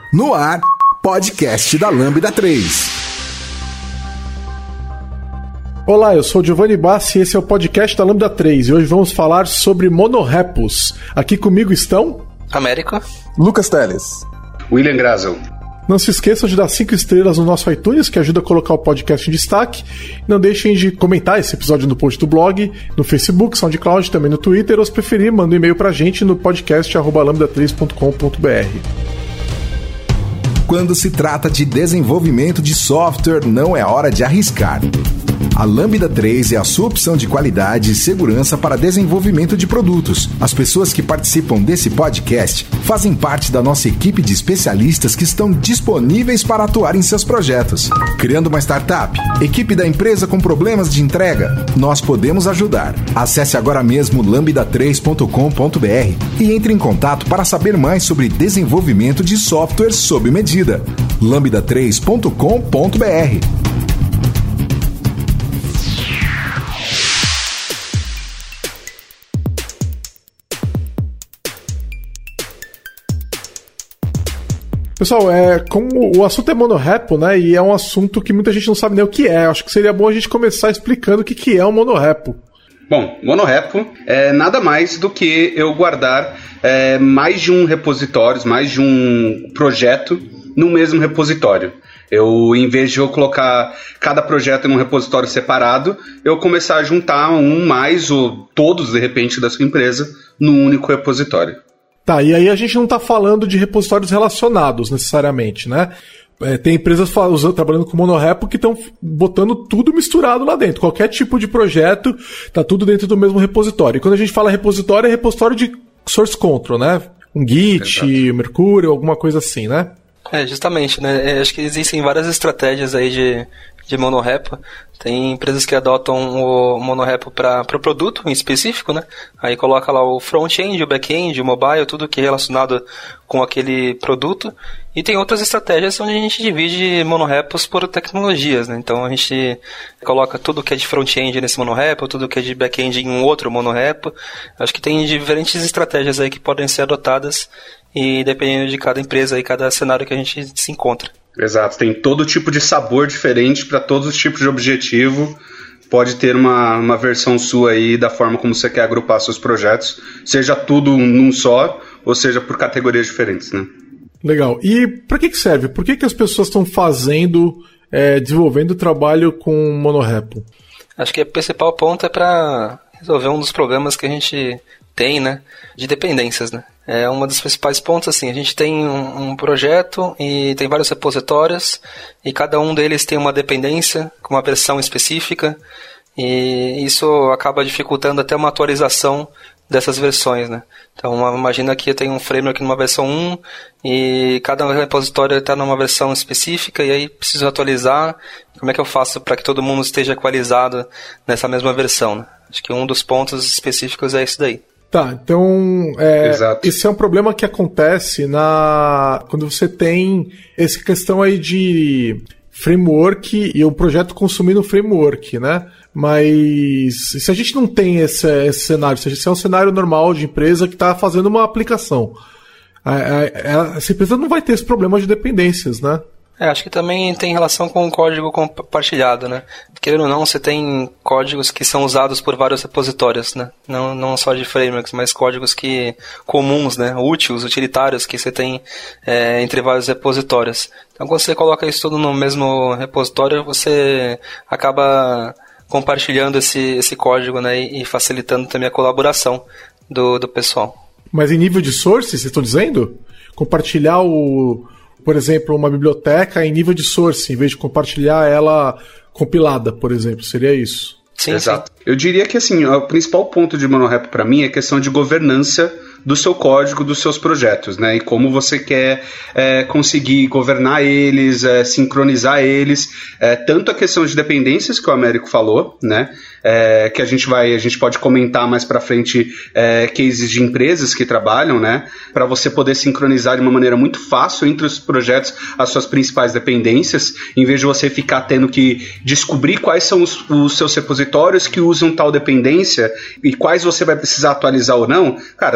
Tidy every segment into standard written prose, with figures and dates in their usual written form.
No ar, podcast da Lambda 3. Olá, eu sou o Giovanni Bassi e esse é o podcast da Lambda 3 e hoje vamos falar sobre monorepos. Aqui comigo estão... Américo, Lucas Teles, William Grazel. Não se esqueçam de dar 5 estrelas no nosso iTunes, que ajuda a colocar o podcast em destaque. Não deixem de comentar esse episódio no post do blog, no Facebook, SoundCloud, também no Twitter, ou se preferir, manda um e-mail pra gente no podcast@lambda3.com.br. Quando se trata de desenvolvimento de software, não é hora de arriscar. A Lambda 3 é a sua opção de qualidade e segurança para desenvolvimento de produtos. As pessoas que participam desse podcast fazem parte da nossa equipe de especialistas que estão disponíveis para atuar em seus projetos. Criando uma startup? Equipe da empresa com problemas de entrega? Nós podemos ajudar. Acesse agora mesmo lambda3.com.br e entre em contato para saber mais sobre desenvolvimento de software sob medida. lambda3.com.br. Pessoal, como o assunto é monorepo, né, e é um assunto que muita gente não sabe nem o que é, acho que seria bom a gente começar explicando o que é um monorepo. Bom, monorepo é nada mais do que eu guardar mais de um repositório, mais de um projeto no mesmo repositório. Em vez de eu colocar cada projeto em um repositório separado, eu começar a juntar um mais ou todos, de repente, da sua empresa num único repositório. Tá, e aí a gente não está falando de repositórios relacionados necessariamente, né? Tem empresas trabalhando com monorepo que estão botando tudo misturado lá dentro. Qualquer tipo de projeto tá tudo dentro do mesmo repositório. E quando a gente fala repositório, é repositório de source control, né? Um Git, Mercurial, alguma coisa assim, né? Justamente, né? Acho que existem várias estratégias aí de monorepo. Tem empresas que adotam o monorepo para o produto em específico, né? Aí coloca lá o front-end, o back-end, o mobile, tudo que é relacionado com aquele produto. E tem outras estratégias onde a gente divide monorepos por tecnologias, né? Então a gente coloca tudo que é de front-end nesse monorepo, tudo que é de back-end em um outro monorepo. Acho que tem diferentes estratégias aí que podem ser adotadas e dependendo de cada empresa e cada cenário que a gente se encontra. Exato, tem todo tipo de sabor diferente para todos os tipos de objetivo. Pode ter uma versão sua aí da forma como você quer agrupar seus projetos, seja tudo num só, ou seja por categorias diferentes, né? Legal. E para que serve? Por que as pessoas estão desenvolvendo trabalho com monorepo? Acho que o principal ponto é para resolver um dos problemas que a gente tem, né, de dependências, né? É uma dos principais pontos, assim, a gente tem um projeto e tem vários repositórios e cada um deles tem uma dependência com uma versão específica e isso acaba dificultando até uma atualização dessas versões, né? Então, imagina que eu tenho um framework numa versão 1 e cada repositório está numa versão específica e aí preciso atualizar. Como é que eu faço para que todo mundo esteja equalizado nessa mesma versão, né? Acho que um dos pontos específicos é isso daí. Tá, então esse é um problema que acontece quando você tem essa questão aí de framework e o projeto consumindo o framework, né? Mas se a gente não tem esse cenário, se é um cenário normal de empresa que está fazendo uma aplicação, essa empresa não vai ter esse problema de dependências, né? Acho que também tem relação com o código compartilhado, né? Querendo ou não, você tem códigos que são usados por vários repositórios, né? Não só de frameworks, mas códigos comuns, né? Úteis, utilitários que você tem entre vários repositórios. Então, quando você coloca isso tudo no mesmo repositório, você acaba compartilhando esse código, né? E facilitando também a colaboração do pessoal. Mas em nível de source, vocês estão dizendo? Compartilhar por exemplo, uma biblioteca em nível de source, em vez de compartilhar ela compilada, por exemplo, seria isso? Sim, exato. Sim. Eu diria que assim, o principal ponto de monorepo para mim é a questão de governança do seu código, dos seus projetos, né? E como você quer conseguir governar eles, sincronizar eles, tanto a questão de dependências que o Américo falou, né? Que a gente pode comentar mais para frente cases de empresas que trabalham, né? Para você poder sincronizar de uma maneira muito fácil entre os projetos as suas principais dependências, em vez de você ficar tendo que descobrir quais são os seus repositórios que usam tal dependência e quais você vai precisar atualizar ou não. Cara, tá todo mundo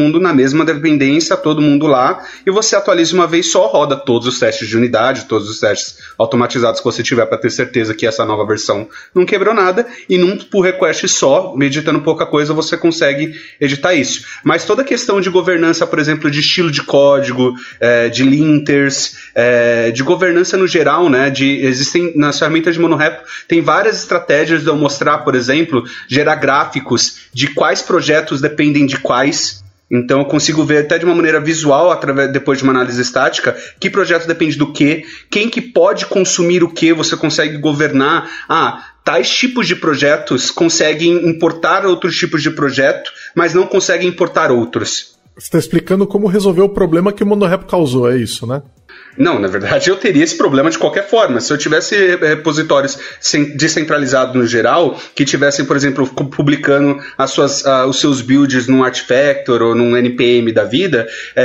mundo na mesma dependência, todo mundo lá, e você atualiza uma vez só, roda todos os testes de unidade, todos os testes automatizados que você tiver para ter certeza que essa nova versão não quebrou nada, e num pull request só, editando pouca coisa, você consegue editar isso. Mas toda a questão de governança, por exemplo, de estilo de código, de linters, de governança no geral, né, existem nas ferramentas de MonoRepo, tem várias estratégias de eu mostrar, por exemplo, gerar gráficos de quais projetos dependem de quais. Então eu consigo ver até de uma maneira visual, depois de uma análise estática, que projeto depende do quê, quem que pode consumir o quê, você consegue governar. Tais tipos de projetos conseguem importar outros tipos de projeto, mas não conseguem importar outros. Você está explicando como resolver o problema que o MonoRepo causou, é isso, né? Não, na verdade eu teria esse problema de qualquer forma. Se eu tivesse repositórios descentralizados no geral, que tivessem, por exemplo, publicando os seus builds num Artifactor ou num NPM da vida,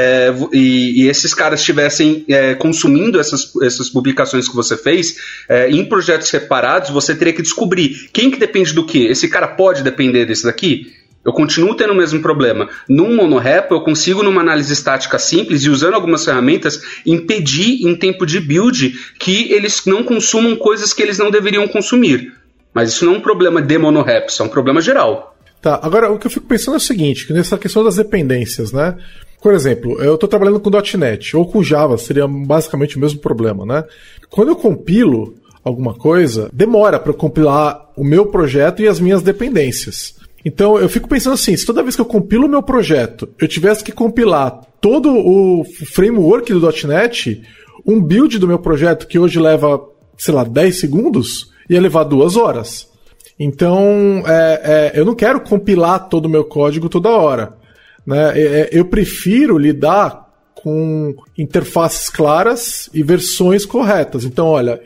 e esses caras estivessem consumindo essas publicações que você fez, em projetos separados, você teria que descobrir quem que depende do quê. Esse cara pode depender desse daqui? Eu continuo tendo o mesmo problema. Num MonoRepo, eu consigo, numa análise estática simples e usando algumas ferramentas, impedir em tempo de build que eles não consumam coisas que eles não deveriam consumir. Mas isso não é um problema de MonoRepo, isso é um problema geral. Tá, agora o que eu fico pensando é o seguinte, que nessa questão das dependências, né? Por exemplo, eu estou trabalhando com .NET ou com Java, seria basicamente o mesmo problema, né? Quando eu compilo alguma coisa, demora para eu compilar o meu projeto e as minhas dependências. Então, eu fico pensando assim, se toda vez que eu compilo o meu projeto, eu tivesse que compilar todo o framework do .NET, um build do meu projeto que hoje leva, 10 segundos, ia levar 2 horas. Então, eu não quero compilar todo o meu código toda hora, né? Eu prefiro lidar com interfaces claras e versões corretas. Então, olha,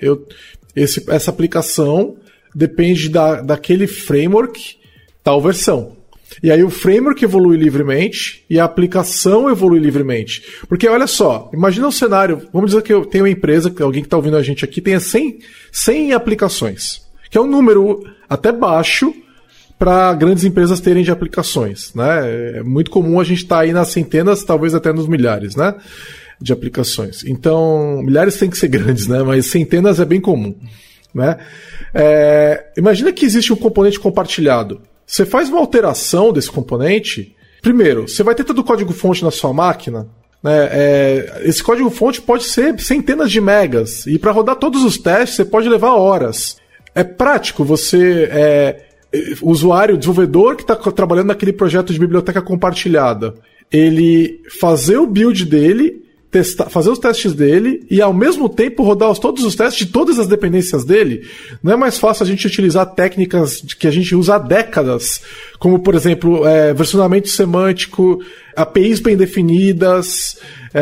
essa aplicação depende daquele framework, tal versão. E aí o framework evolui livremente e a aplicação evolui livremente. Porque olha só, imagina um cenário, vamos dizer que eu tenho uma empresa, alguém que está ouvindo a gente aqui, tenha 100 aplicações, que é um número até baixo para grandes empresas terem de aplicações, né? É muito comum a gente estar aí nas centenas, talvez até nos milhares, né? De aplicações. Então, milhares tem que ser grandes, né? Mas centenas é bem comum, né? Imagina que existe um componente compartilhado. Você faz uma alteração desse componente, primeiro, você vai ter todo o código-fonte na sua máquina, né? Esse código-fonte pode ser centenas de megas, e para rodar todos os testes você pode levar horas. É prático você, o usuário, o desenvolvedor que está trabalhando naquele projeto de biblioteca compartilhada, ele fazer o build dele, fazer os testes dele e ao mesmo tempo rodar todos os testes de todas as dependências dele. Não é mais fácil a gente utilizar técnicas que a gente usa há décadas, como por exemplo versionamento semântico, APIs bem definidas,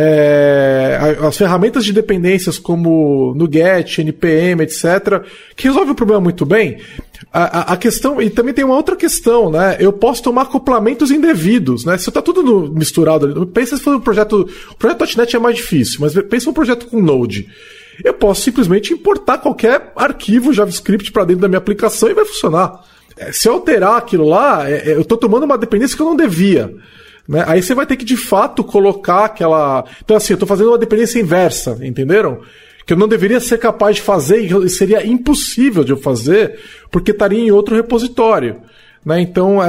as ferramentas de dependências como NuGet, NPM, etc., que resolve o problema muito bem. A questão, e também tem uma outra questão, né? Eu posso tomar acoplamentos indevidos, né? Se está tudo misturado ali, pensa se for o projeto .NET é mais difícil, mas pensa um projeto com Node. Eu posso simplesmente importar qualquer arquivo JavaScript para dentro da minha aplicação e vai funcionar. Se eu alterar aquilo lá, eu estou tomando uma dependência que eu não devia. Né? Aí você vai ter que, de fato, colocar aquela... Então, assim, eu estou fazendo uma dependência inversa, entenderam? Que eu não deveria ser capaz de fazer e seria impossível de eu fazer porque estaria em outro repositório. Né? Então,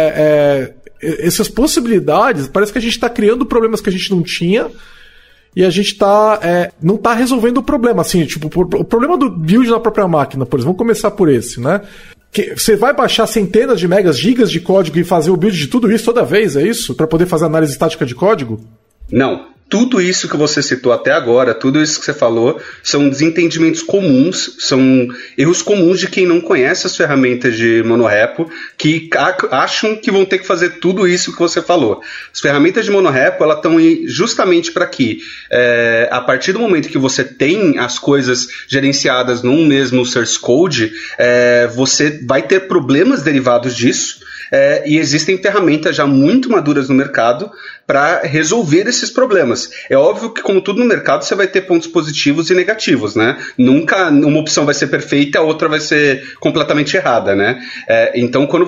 essas possibilidades, parece que a gente está criando problemas que a gente não tinha e a gente não está resolvendo o problema. Assim, tipo, o problema do build na própria máquina, por exemplo, vamos começar por esse, né? Que você vai baixar centenas de megas, gigas de código e fazer o build de tudo isso toda vez, é isso? Para poder fazer análise estática de código? Não. Tudo isso que você citou até agora, tudo isso que você falou, são desentendimentos comuns, são erros comuns de quem não conhece as ferramentas de MonoRepo, que acham que vão ter que fazer tudo isso que você falou. As ferramentas de MonoRepo, elas estão justamente para que, a partir do momento que você tem as coisas gerenciadas num mesmo source code, você vai ter problemas derivados disso, e existem ferramentas já muito maduras no mercado para resolver esses problemas. É óbvio que, como tudo no mercado, você vai ter pontos positivos e negativos, né? Nunca uma opção vai ser perfeita, a outra vai ser completamente errada, né? Então, quando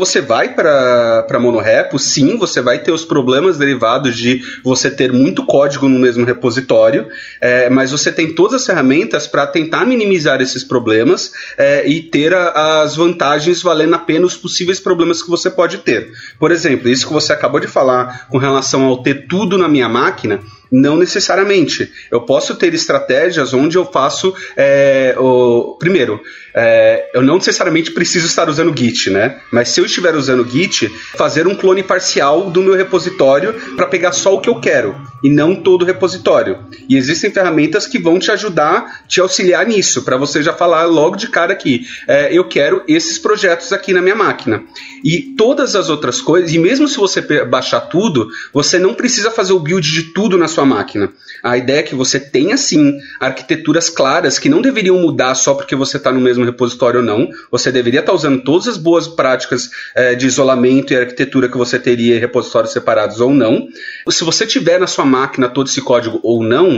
você vai para monorepo, sim, você vai ter os problemas derivados de você ter muito código no mesmo repositório, mas você tem todas as ferramentas para tentar minimizar esses problemas e ter as vantagens valendo a pena os possíveis problemas que você pode ter. Por exemplo, isso que você acabou de falar com relação ao ter tudo na minha máquina, não necessariamente. Eu posso ter estratégias onde eu faço... Primeiro, eu não necessariamente preciso estar usando Git, né? Mas se eu estiver usando Git, fazer um clone parcial do meu repositório para pegar só o que eu quero e não todo o repositório. E existem ferramentas que vão te ajudar, te auxiliar nisso, para você já falar logo de cara aqui, eu quero esses projetos aqui na minha máquina. E todas as outras coisas, e mesmo se você baixar tudo, você não precisa fazer o build de tudo na sua máquina. A ideia é que você tenha, sim, arquiteturas claras que não deveriam mudar só porque você está no mesmo repositório ou não. Você deveria estar usando todas as boas práticas de isolamento e arquitetura que você teria em repositórios separados ou não. Se você tiver na sua máquina todo esse código ou não,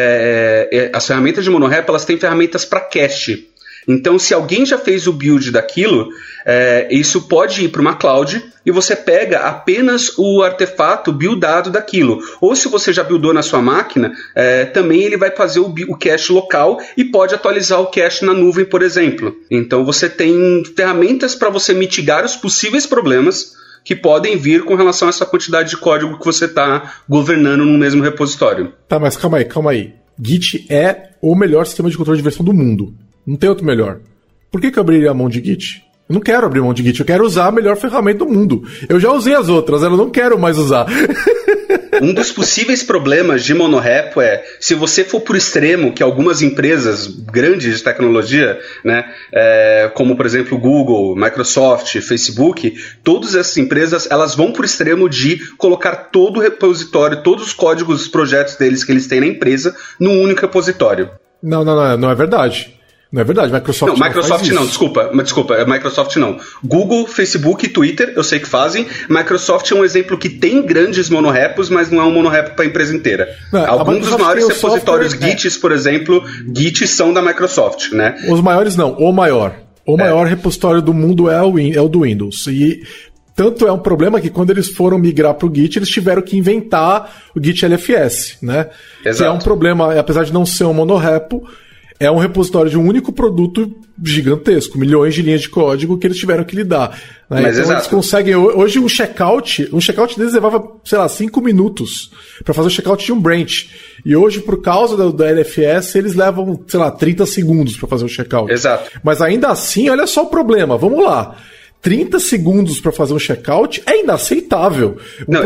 as ferramentas de monorepo, elas têm ferramentas para cache. Então, se alguém já fez o build daquilo, isso pode ir para uma cloud e você pega apenas o artefato buildado daquilo. Ou se você já buildou na sua máquina, também ele vai fazer o cache local e pode atualizar o cache na nuvem, por exemplo. Então, você tem ferramentas para você mitigar os possíveis problemas que podem vir com relação a essa quantidade de código que você está governando no mesmo repositório. Tá, mas calma aí. Git é o melhor sistema de controle de versão do mundo. Não tem outro melhor. Por que eu abriria a mão de Git? Eu não quero abrir mão de Git, eu quero usar a melhor ferramenta do mundo. Eu já usei as outras, eu não quero mais usar. Um dos possíveis problemas de monorepo se você for por extremo, que algumas empresas grandes de tecnologia, né, como por exemplo Google, Microsoft, Facebook, todas essas empresas, elas vão por extremo de colocar todo o repositório, todos os códigos, os projetos deles que eles têm na empresa, num único repositório. Não é verdade. Não é verdade, Microsoft desculpa, Microsoft não. Google, Facebook e Twitter, eu sei que fazem. Microsoft é um exemplo que tem grandes monorepos, mas não é um monorepo para a empresa inteira. Alguns dos maiores repositórios Git, por exemplo, Git são da Microsoft, né? Os maiores não, o maior. O maior repositório do mundo é o do Windows. E tanto é um problema que quando eles foram migrar para o Git, eles tiveram que inventar o Git LFS, né? Exato. Que é um problema, apesar de não ser um monorepo, é um repositório de um único produto gigantesco, milhões de linhas de código que eles tiveram que lidar. Né? Então exato. Eles conseguem... Hoje um checkout deles levava, 5 minutos para fazer o checkout de um branch. E hoje, por causa da LFS, eles levam, 30 segundos para fazer o checkout. Exato. Mas ainda assim, olha só o problema. Vamos lá. 30 segundos para fazer um checkout é inaceitável.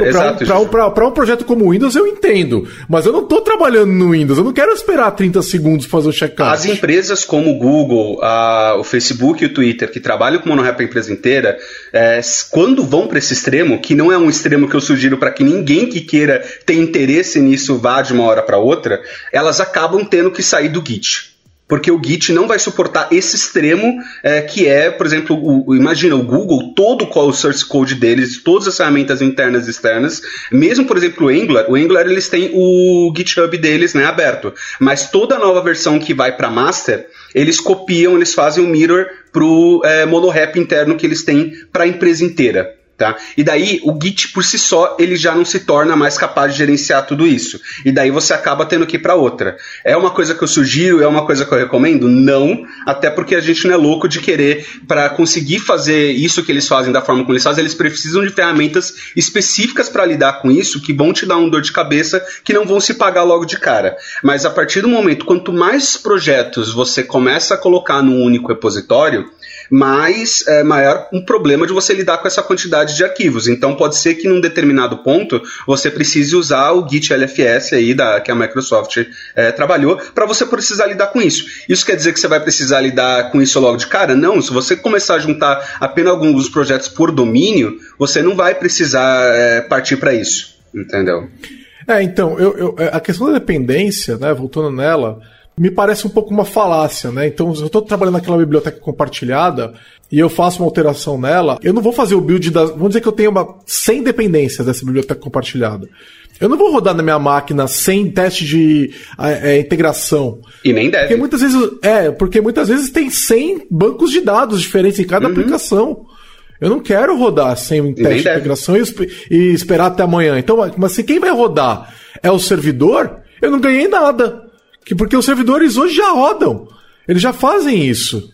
Para um projeto como o Windows eu entendo, mas eu não estou trabalhando no Windows, eu não quero esperar 30 segundos para fazer o checkout. As empresas como o Google, o Facebook e o Twitter, que trabalham com monorepo a empresa inteira, quando vão para esse extremo, que não é um extremo que eu sugiro para que ninguém que queira ter interesse nisso vá de uma hora para outra, elas acabam tendo que sair do Git. Porque o Git não vai suportar esse extremo que é, por exemplo, imagina o Google, todo o source code deles, todas as ferramentas internas e externas, mesmo, por exemplo, o Angular eles têm o GitHub deles, né, aberto, mas toda a nova versão que vai para master, eles copiam, eles fazem um mirror pro monorepo interno que eles têm para a empresa inteira. Tá? E daí o Git por si só ele já não se torna mais capaz de gerenciar tudo isso. E daí você acaba tendo que ir para outra. É uma coisa que eu sugiro, é uma coisa que eu recomendo? Não, até porque a gente não é louco de querer, para conseguir fazer isso que eles fazem da forma como eles fazem, eles precisam de ferramentas específicas para lidar com isso, que vão te dar um dor de cabeça, que não vão se pagar logo de cara. Mas a partir do momento, quanto mais projetos você começa a colocar num único repositório, maior um problema de você lidar com essa quantidade de arquivos. Então pode ser que num determinado ponto você precise usar o Git LFS aí que a Microsoft trabalhou para você precisar lidar com isso. Isso quer dizer que você vai precisar lidar com isso logo de cara? Não, se você começar a juntar apenas alguns dos projetos por domínio, você não vai precisar partir para isso, entendeu? Então, a questão da dependência, né, voltando nela, me parece um pouco uma falácia, né? Então, se eu estou trabalhando naquela biblioteca compartilhada e eu faço uma alteração nela, eu não vou fazer o build vamos dizer que eu tenho 100 dependências dessa biblioteca compartilhada. Eu não vou rodar na minha máquina sem teste de integração. E nem deve. Porque muitas vezes tem 100 bancos de dados diferentes em cada aplicação. Eu não quero rodar sem teste de integração e esperar até amanhã. Então, mas se quem vai rodar é o servidor, eu não ganhei nada. Porque os servidores hoje já rodam. Eles já fazem isso.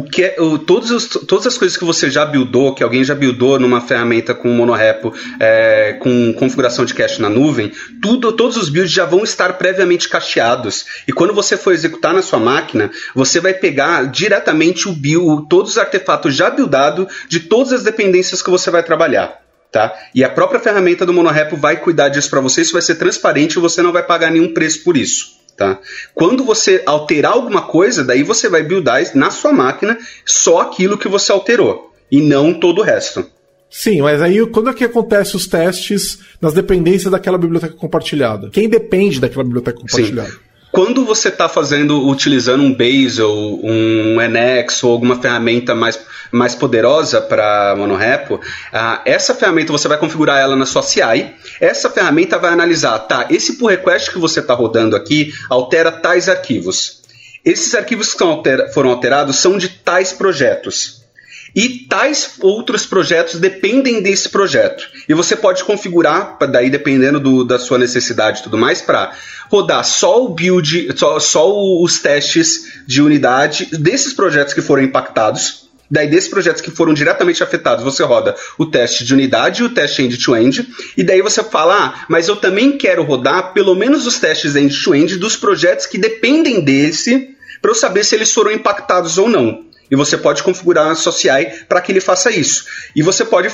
Todas as coisas que você já buildou, que alguém já buildou numa ferramenta com monorepo, com configuração de cache na nuvem, todos os builds já vão estar previamente cacheados. E quando você for executar na sua máquina, você vai pegar diretamente todos os artefatos já buildados de todas as dependências que você vai trabalhar. Tá? E a própria ferramenta do monorepo vai cuidar disso para você, isso vai ser transparente e você não vai pagar nenhum preço por isso. Tá? Quando você alterar alguma coisa, daí você vai buildar na sua máquina só aquilo que você alterou e não todo o resto. Sim, mas aí quando é que acontecem os testes nas dependências daquela biblioteca compartilhada? Quem depende daquela biblioteca compartilhada? Sim. Quando você está utilizando um Bazel, um NX ou alguma ferramenta mais poderosa para monorepo, essa ferramenta você vai configurar ela na sua CI. Essa ferramenta vai analisar, esse pull request que você está rodando aqui altera tais arquivos. Esses arquivos que foram alterados são de tais projetos. E tais outros projetos dependem desse projeto. E você pode configurar, daí dependendo da sua necessidade e tudo mais, para rodar só o build, só os testes de unidade desses projetos que foram impactados. Daí desses projetos que foram diretamente afetados, você roda o teste de unidade e o teste end-to-end. E daí você fala, mas eu também quero rodar pelo menos os testes end-to-end dos projetos que dependem desse, para eu saber se eles foram impactados ou não. E você pode configurar a sua CI para que ele faça isso. E você pode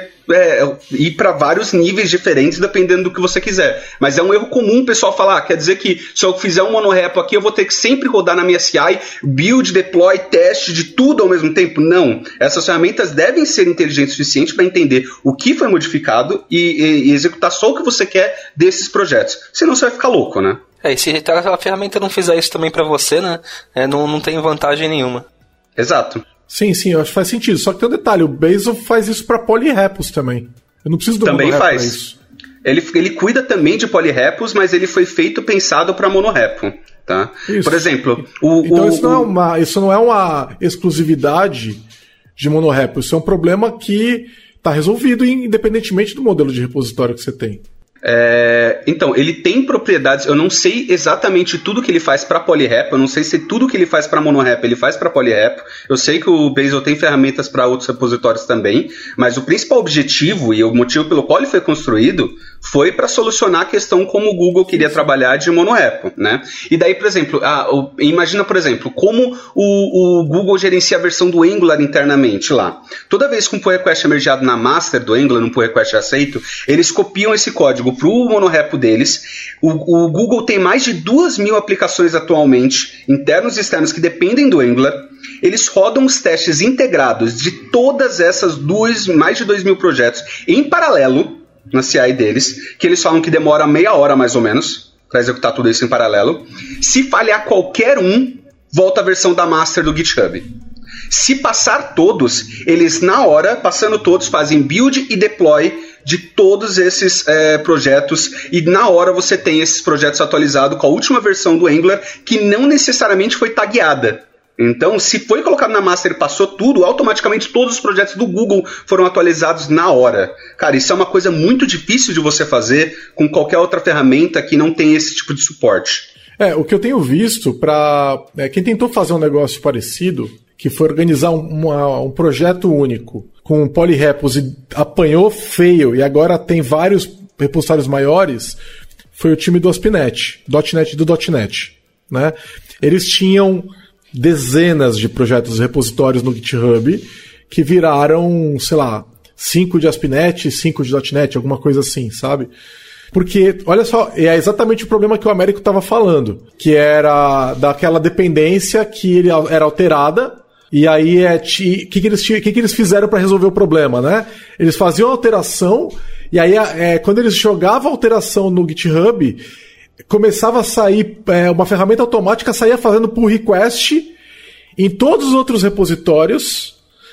ir para vários níveis diferentes, dependendo do que você quiser. Mas é um erro comum o pessoal falar, quer dizer que se eu fizer um monorepo aqui, eu vou ter que sempre rodar na minha CI, build, deploy, teste de tudo ao mesmo tempo? Não. Essas ferramentas devem ser inteligentes o suficiente para entender o que foi modificado e executar só o que você quer desses projetos. Senão você vai ficar louco, né? E se a ferramenta não fizer isso também para você, né? Não tem vantagem nenhuma. Exato. Sim, eu acho que faz sentido. Só que tem um detalhe, o Bazel faz isso para polyrepos também. Eu não preciso do também monorepo faz. Isso. Ele cuida também de polyrepos, mas ele foi pensado para monorepo. Tá? Por exemplo... Isso não é uma exclusividade de monorepo. Isso é um problema que está resolvido independentemente do modelo de repositório que você tem. Então, ele tem propriedades. Eu não sei exatamente tudo que ele faz para polyrepo. Eu não sei se tudo que ele faz para monorepo ele faz para polyrepo. Eu sei que o Bazel tem ferramentas para outros repositórios também, mas o principal objetivo e o motivo pelo qual ele foi construído foi para solucionar a questão como o Google queria trabalhar de monorepo, né? E daí, por exemplo, imagina, por exemplo, como o Google gerencia a versão do Angular internamente lá. Toda vez que um pull request é mergeado na master do Angular, um pull request aceito, eles copiam esse código para o monorepo deles. O Google tem mais de 2.000 aplicações atualmente, internos e externos, que dependem do Angular. Eles rodam os testes integrados de todas essas mais de 2.000 projetos em paralelo na CI deles, que eles falam que demora meia hora mais ou menos para executar tudo isso em paralelo. Se falhar qualquer volta a versão da master do GitHub. Se passar todos, eles na hora, passando todos, fazem build e deploy de todos esses projetos, e na hora você tem esses projetos atualizados com a última versão do Angular, que não necessariamente foi tagueada. Então, se foi colocado na master e passou tudo, automaticamente todos os projetos do Google foram atualizados na hora. Cara, isso é uma coisa muito difícil de você fazer com qualquer outra ferramenta que não tem esse tipo de suporte. O que eu tenho visto para quem tentou fazer um negócio parecido, que foi organizar um projeto único com polyrepos e apanhou feio e agora tem vários repositórios maiores, foi o time do ASP.NET, do .NET, né? Eles tinham dezenas de projetos repositórios no GitHub que viraram, 5 de ASP.NET, 5 de .NET, alguma coisa assim, sabe? Porque, olha só, é exatamente o problema que o Américo estava falando, que era daquela dependência que era alterada, e aí o que eles fizeram para resolver o problema, né? Eles faziam a alteração, e aí quando eles jogavam a alteração no GitHub, começava a sair, uma ferramenta automática saía fazendo pull request em todos os outros repositórios,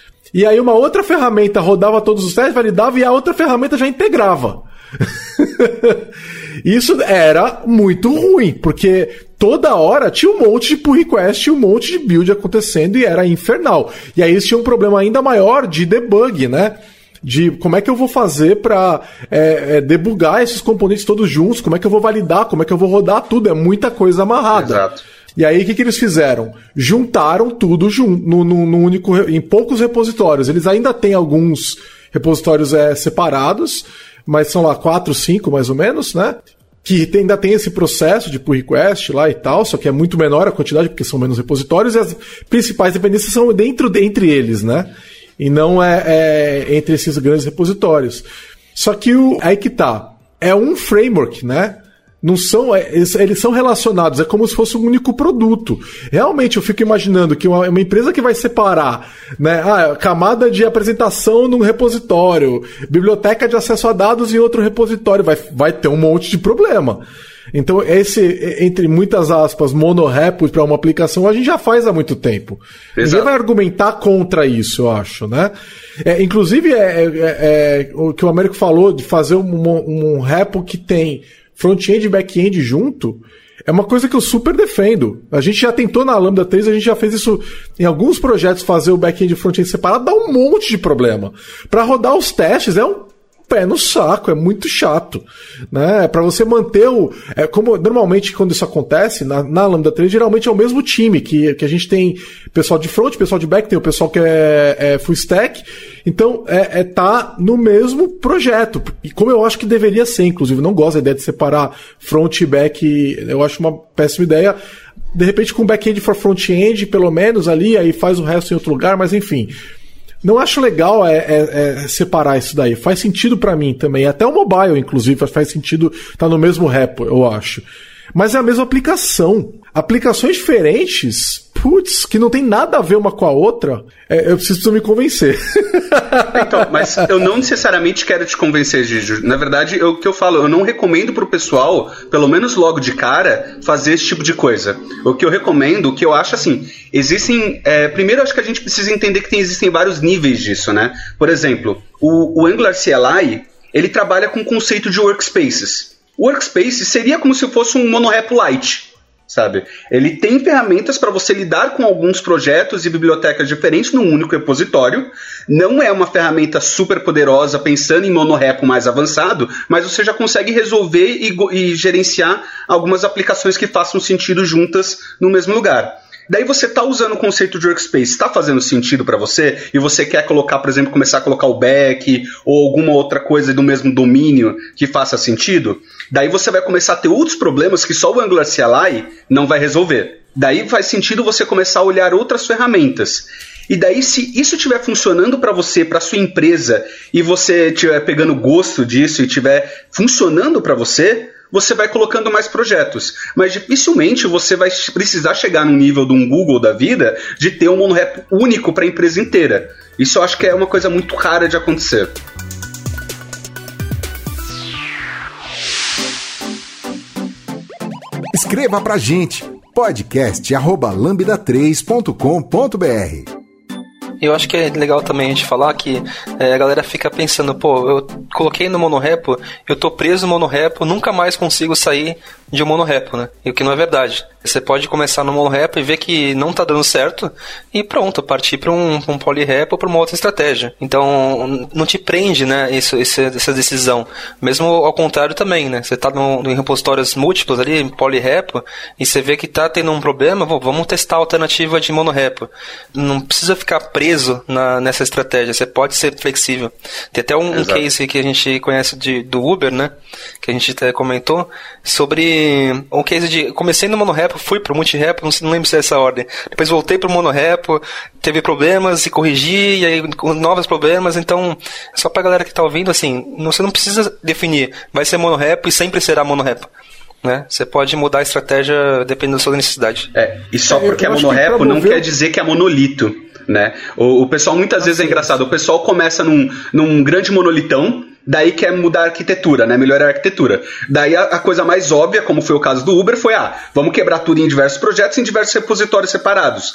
e aí uma outra ferramenta rodava todos os testes, validava, e a outra ferramenta já integrava. Isso era muito ruim, porque toda hora tinha um monte de pull request, tinha um monte de build acontecendo e era infernal. E aí eles tinham um problema ainda maior de debug, né? De como é que eu vou fazer pra debugar esses componentes todos juntos, como é que eu vou validar, como é que eu vou rodar tudo, é muita coisa amarrada. Exato. E aí o que eles fizeram? Juntaram tudo no único, em poucos repositórios. Eles ainda têm alguns repositórios separados, mas são lá 4, 5 mais ou menos, né? Que ainda tem esse processo de pull request lá e tal, só que é muito menor a quantidade, porque são menos repositórios, e as principais dependências são entre eles, né? E não entre esses grandes repositórios. Só que aí que tá. É um framework, né? Não são, eles são relacionados, é como se fosse um único produto. Realmente eu fico imaginando que uma empresa que vai separar, né, camada de apresentação num repositório, biblioteca de acesso a dados em outro repositório, vai ter um monte de problema. Então esse, entre muitas aspas, monorepo para uma aplicação, a gente já faz há muito tempo. Exato. Ninguém vai argumentar contra isso, eu acho, né? Inclusive, o que o Américo falou de fazer um repo que tem front-end e back-end junto, é uma coisa que eu super defendo. A gente já tentou na Lambda 3, a gente já fez isso em alguns projetos, fazer o back-end e o front-end separado, dá um monte de problema. Para rodar os testes é um pé no saco, é muito chato, né? Para você manter como normalmente quando isso acontece na Lambda 3, geralmente é o mesmo time que a gente tem pessoal de front, pessoal de back, tem o pessoal que é full stack, então tá no mesmo projeto, e como eu acho que deveria ser, inclusive, não gosto da ideia de separar front e back, eu acho uma péssima ideia. De repente com back-end for front-end, pelo menos ali, aí faz o resto em outro lugar, mas enfim. Não acho legal separar isso daí. Faz sentido pra mim também. Até o mobile, inclusive, faz sentido estar no mesmo repo, eu acho. Mas é a mesma aplicação. Aplicações diferentes, que não tem nada a ver uma com a outra, eu preciso me convencer. Então, mas eu não necessariamente quero te convencer, Gigi. Na verdade, o que eu falo, eu não recomendo pro pessoal, pelo menos logo de cara, fazer esse tipo de coisa. O que eu recomendo, o que eu acho assim, existem... primeiro, acho que a gente precisa entender que existem vários níveis disso, né? Por exemplo, o Angular CLI, ele trabalha com o conceito de workspaces. Workspace seria como se fosse um monorepo light, sabe? Ele tem ferramentas para você lidar com alguns projetos e bibliotecas diferentes num único repositório. Não é uma ferramenta super poderosa pensando em monorepo mais avançado, mas você já consegue resolver e gerenciar algumas aplicações que façam sentido juntas no mesmo lugar. Daí você está usando o conceito de workspace, está fazendo sentido para você, e você quer colocar, por exemplo, começar a colocar o back ou alguma outra coisa do mesmo domínio que faça sentido, daí você vai começar a ter outros problemas que só o Angular CLI não vai resolver. Daí faz sentido você começar a olhar outras ferramentas. E daí, se isso estiver funcionando para você, para sua empresa, e você estiver pegando gosto disso e estiver funcionando para você vai colocando mais projetos. Mas dificilmente você vai precisar chegar no nível de um Google da vida de ter um monorepo único para a empresa inteira. Isso eu acho que é uma coisa muito rara de acontecer. Escreva pra gente, podcast@lambda3.com.br. Eu acho que é legal também a gente falar que a galera fica pensando, eu coloquei no monorepo, eu tô preso no monorepo, nunca mais consigo sair de um monorepo, né? E o que não é verdade. Você pode começar no monorepo e ver que não tá dando certo e pronto, partir para um polyrepo ou para uma outra estratégia. Então, não te prende, né, essa decisão. Mesmo ao contrário também, né? Você tá em repositórios múltiplos ali, em polyrepo, e você vê que tá tendo um problema, vamos testar a alternativa de monorepo. Não precisa ficar preso nessa estratégia, você pode ser flexível. Tem até um case que a gente conhece do Uber, né? Que a gente até comentou, sobre um case de... Comecei no monorepo, fui pro multirepo, não lembro se é essa ordem. Depois voltei pro monorepo, teve problemas e corrigi, e aí novos problemas. Então, só pra galera que tá ouvindo, assim, você não precisa definir, vai ser monorepo e sempre será monorepo. Né? Você pode mudar a estratégia dependendo da sua necessidade. E só porque é monorepo não quer dizer que é monolito. Né? O pessoal muitas vezes é engraçado, o pessoal começa num grande monolitão daí quer mudar a arquitetura, né? Melhorar a arquitetura. Daí a coisa mais óbvia, como foi o caso do Uber, foi, vamos quebrar tudo em diversos projetos, em diversos repositórios separados.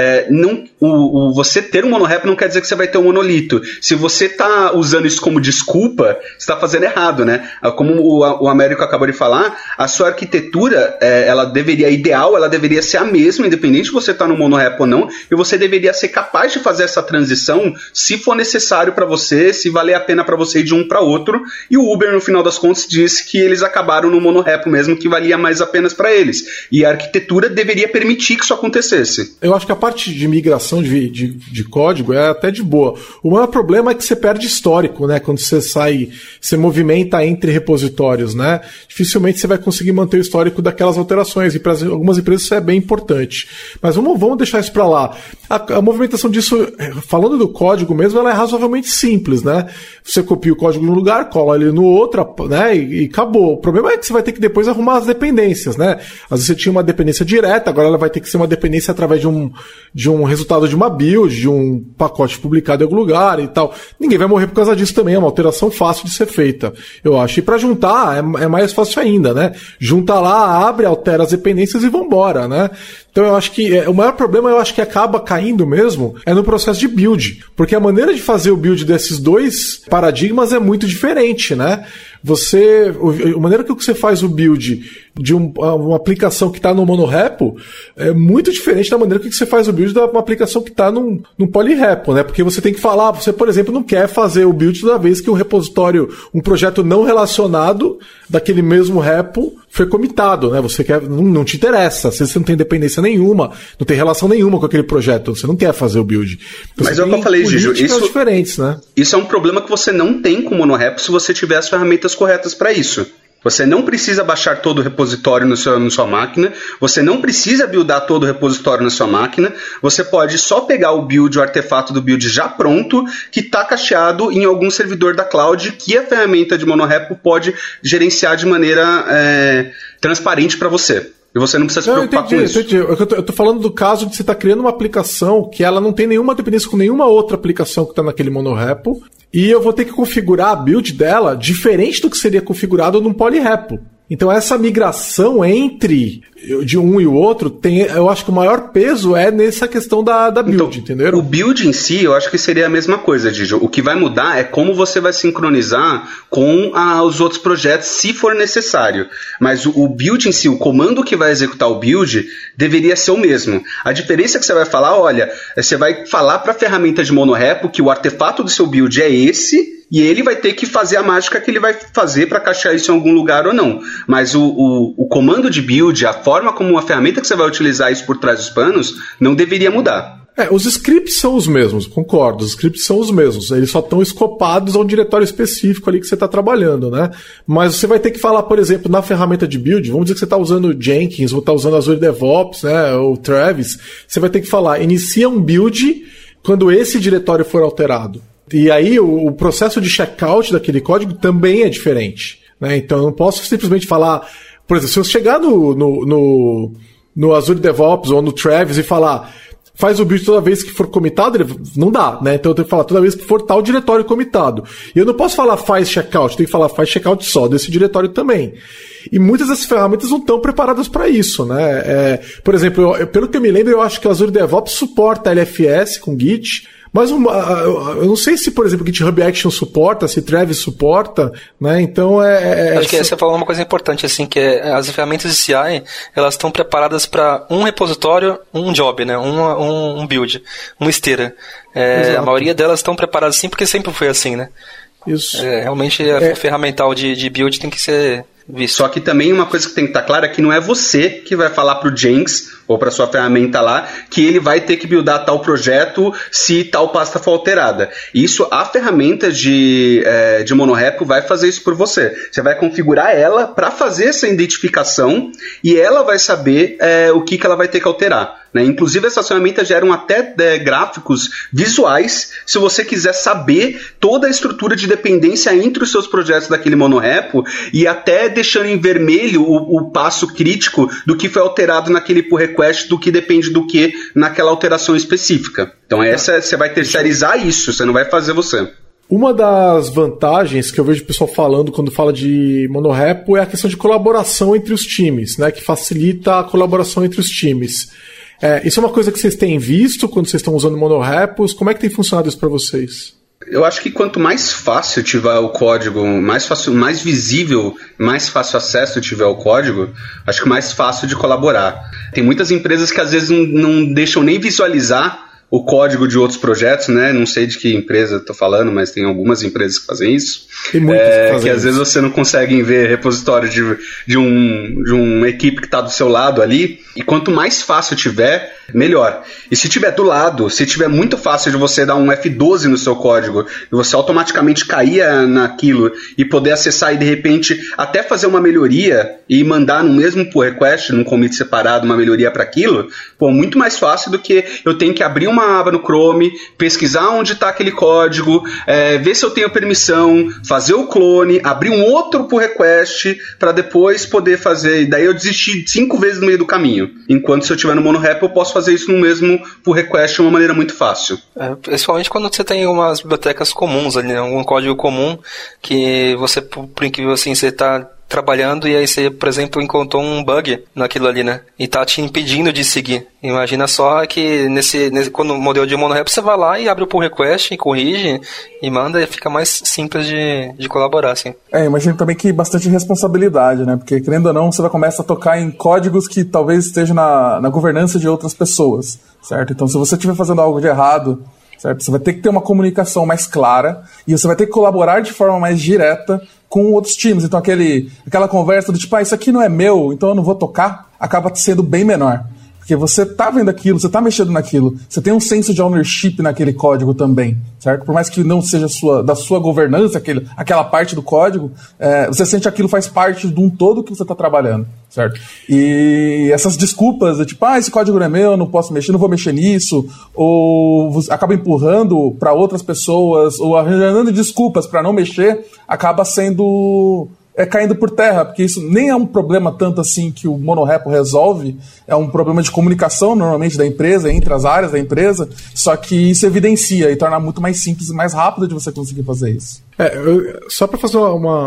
Você ter um monorepo não quer dizer que você vai ter um monolito. Se você está usando isso como desculpa, você está fazendo errado, né? Como o Américo acabou de falar, a sua arquitetura, ela deveria ser a mesma, independente de você estar no monorepo ou não, e você deveria ser capaz de fazer essa transição se for necessário para você, se valer a pena para você ir de um para outro. E o Uber, no final das contas, disse que eles acabaram no monorepo mesmo, que valia mais apenas para eles. E a arquitetura deveria permitir que isso acontecesse. Eu acho que a parte de migração de código é até de boa. O maior problema é que você perde histórico, né? Quando você movimenta entre repositórios, né? Dificilmente você vai conseguir manter o histórico daquelas alterações, e para algumas empresas isso é bem importante. Mas vamos deixar isso para lá. A movimentação disso, falando do código mesmo, ela é razoavelmente simples, né? Você copia o código num lugar, cola ele no outro, né? E acabou. O problema é que você vai ter que depois arrumar as dependências, né? Às vezes você tinha uma dependência direta, agora ela vai ter que ser uma dependência através de um resultado de uma build, de um pacote publicado em algum lugar e tal. Ninguém vai morrer por causa disso também, é uma alteração fácil de ser feita, eu acho. E para juntar é mais fácil ainda, né? Junta lá, abre, altera as dependências e vambora, né? Então eu acho que o maior problema, eu acho que acaba caindo mesmo, é no processo de build, porque a maneira de fazer o build desses dois paradigmas é muito diferente, né? A maneira que você faz o build de uma aplicação que está no monorepo é muito diferente da maneira que você faz o build de uma aplicação que está num polyrepo, né? Porque você tem que falar, você, por exemplo, não quer fazer o build toda vez que um repositório, um projeto não relacionado daquele mesmo repo foi comitado, né? Você quer, não te interessa, se você não tem dependência nenhuma, não tem relação nenhuma com aquele projeto, você não quer fazer o build. Então, mas é o que eu falei, Gigi, diferentes, né? Isso é um problema que você não tem com o monorepo se você tiver as ferramentas corretas para isso. Você não precisa baixar todo o repositório na sua máquina, você não precisa buildar todo o repositório na sua máquina, você pode só pegar o build, o artefato do build já pronto, que está cacheado em algum servidor da cloud, que a ferramenta de monorepo pode gerenciar de maneira transparente para você. E você não precisa se preocupar com isso. Entendi. Eu tô falando do caso de você estar criando uma aplicação que ela não tem nenhuma dependência com nenhuma outra aplicação que está naquele monorepo, e eu vou ter que configurar a build dela diferente do que seria configurado num polyrepo. Então essa migração entre de um e o outro, eu acho que o maior peso é nessa questão da build, então, entenderam? O build em si, eu acho que seria a mesma coisa, Gigi. O que vai mudar é como você vai sincronizar com os outros projetos, se for necessário. Mas o build em si, o comando que vai executar o build, deveria ser o mesmo. A diferença é que você vai falar, olha, você vai falar para a ferramenta de monorepo que o artefato do seu build é esse, e ele vai ter que fazer a mágica que ele vai fazer para caixar isso em algum lugar ou não. Mas o comando de build, a forma como a ferramenta que você vai utilizar isso por trás dos panos, não deveria mudar. Os scripts são os mesmos, concordo, os scripts são os mesmos, eles só estão escopados a um diretório específico ali que você está trabalhando, né? Mas você vai ter que falar, por exemplo, na ferramenta de build, vamos dizer que você está usando Jenkins, ou está usando Azure DevOps, né, ou Travis, você vai ter que falar, inicia um build quando esse diretório for alterado. E aí o processo de checkout daquele código também é diferente, né? Então eu não posso simplesmente falar, por exemplo, se eu chegar no Azure DevOps ou no Travis e falar, faz o build toda vez que for comitado, não dá, né? Então eu tenho que falar toda vez que for tal diretório comitado. E eu não posso falar faz checkout, eu tenho que falar faz checkout só desse diretório também. E muitas dessas ferramentas não estão preparadas para isso, né? Por exemplo, pelo que eu me lembro, eu acho que o Azure DevOps suporta LFS com Git, mas eu não sei se, por exemplo, GitHub Action suporta, se Travis suporta, né? Então acho que você falou uma coisa importante, assim, que as ferramentas de CI, elas estão preparadas para um repositório, um job, né? Um build, uma esteira. A maioria delas estão preparadas assim, porque sempre foi assim, né? Isso. Realmente a ferramental de build tem que ser visto. Só que também uma coisa que tem que estar clara é que não é você que vai falar pro Jenkins ou para sua ferramenta lá que ele vai ter que buildar tal projeto se tal pasta for alterada. Isso, a ferramenta de monorepo vai fazer isso por você. Você vai configurar ela para fazer essa identificação e ela vai saber o que ela vai ter que alterar. Né? Inclusive essas ferramentas geram até gráficos visuais se você quiser saber toda a estrutura de dependência entre os seus projetos daquele monorepo e até deixando em vermelho o passo crítico do que foi alterado naquele pull request, do que depende do que naquela alteração específica. Então você vai terceirizar isso, você não vai fazer você. Uma das vantagens que eu vejo o pessoal falando quando fala de monorepo é a questão de colaboração entre os times, né? Que facilita a colaboração entre os times. Isso é uma coisa que vocês têm visto quando vocês estão usando monorepos? Como é que tem funcionado isso para vocês? Eu acho que quanto mais fácil tiver o código, mais visível, mais fácil acesso tiver ao código, acho que mais fácil de colaborar. Tem muitas empresas que às vezes não deixam nem visualizar o código de outros projetos, né? Não sei de que empresa estou falando, mas tem algumas empresas que fazem isso. Tem muitas que fazem que às vezes você não consegue ver repositório de uma equipe que está do seu lado ali. E quanto mais fácil tiver, melhor. E se tiver do lado, se tiver muito fácil de você dar um F12 no seu código e você automaticamente cair naquilo e poder acessar e de repente até fazer uma melhoria e mandar no mesmo pull request, num commit separado, uma melhoria para aquilo, pô, muito mais fácil do que eu tenho que abrir uma aba no Chrome, pesquisar onde está aquele código, ver se eu tenho permissão, fazer o clone, abrir um outro pull request para depois poder fazer. E daí eu desisti 5 vezes no meio do caminho. Enquanto se eu tiver no monorepo, eu posso fazer isso no mesmo pull request de uma maneira muito fácil. Principalmente quando você tem umas bibliotecas comuns ali, né? Um código comum que você, por incrível assim, você está trabalhando e aí você, por exemplo, encontrou um bug naquilo ali, né? E tá te impedindo de seguir. Imagina só que quando o modelo de monorepo você vai lá e abre o pull request e corrige e manda e fica mais simples de colaborar, assim. Imagino também que bastante responsabilidade, né? Porque, querendo ou não, você vai começar a tocar em códigos que talvez estejam na governança de outras pessoas, certo? Então, se você estiver fazendo algo de errado, certo? Você vai ter que ter uma comunicação mais clara e você vai ter que colaborar de forma mais direta com outros times. Então aquela conversa do tipo, isso aqui não é meu, então eu não vou tocar, acaba sendo bem menor. Porque você tá vendo aquilo, você tá mexendo naquilo, você tem um senso de ownership naquele código também, certo? Por mais que não seja da sua governança, aquela parte do código, você sente que aquilo faz parte de um todo que você tá trabalhando, certo? E essas desculpas, tipo, esse código não é meu, não posso mexer, não vou mexer nisso, ou acaba empurrando para outras pessoas, ou arranjando desculpas para não mexer, acaba sendo caindo por terra, porque isso nem é um problema tanto assim que o monorepo resolve, é um problema de comunicação normalmente da empresa, entre as áreas da empresa, só que isso evidencia e torna muito mais simples e mais rápido de você conseguir fazer isso. Só para fazer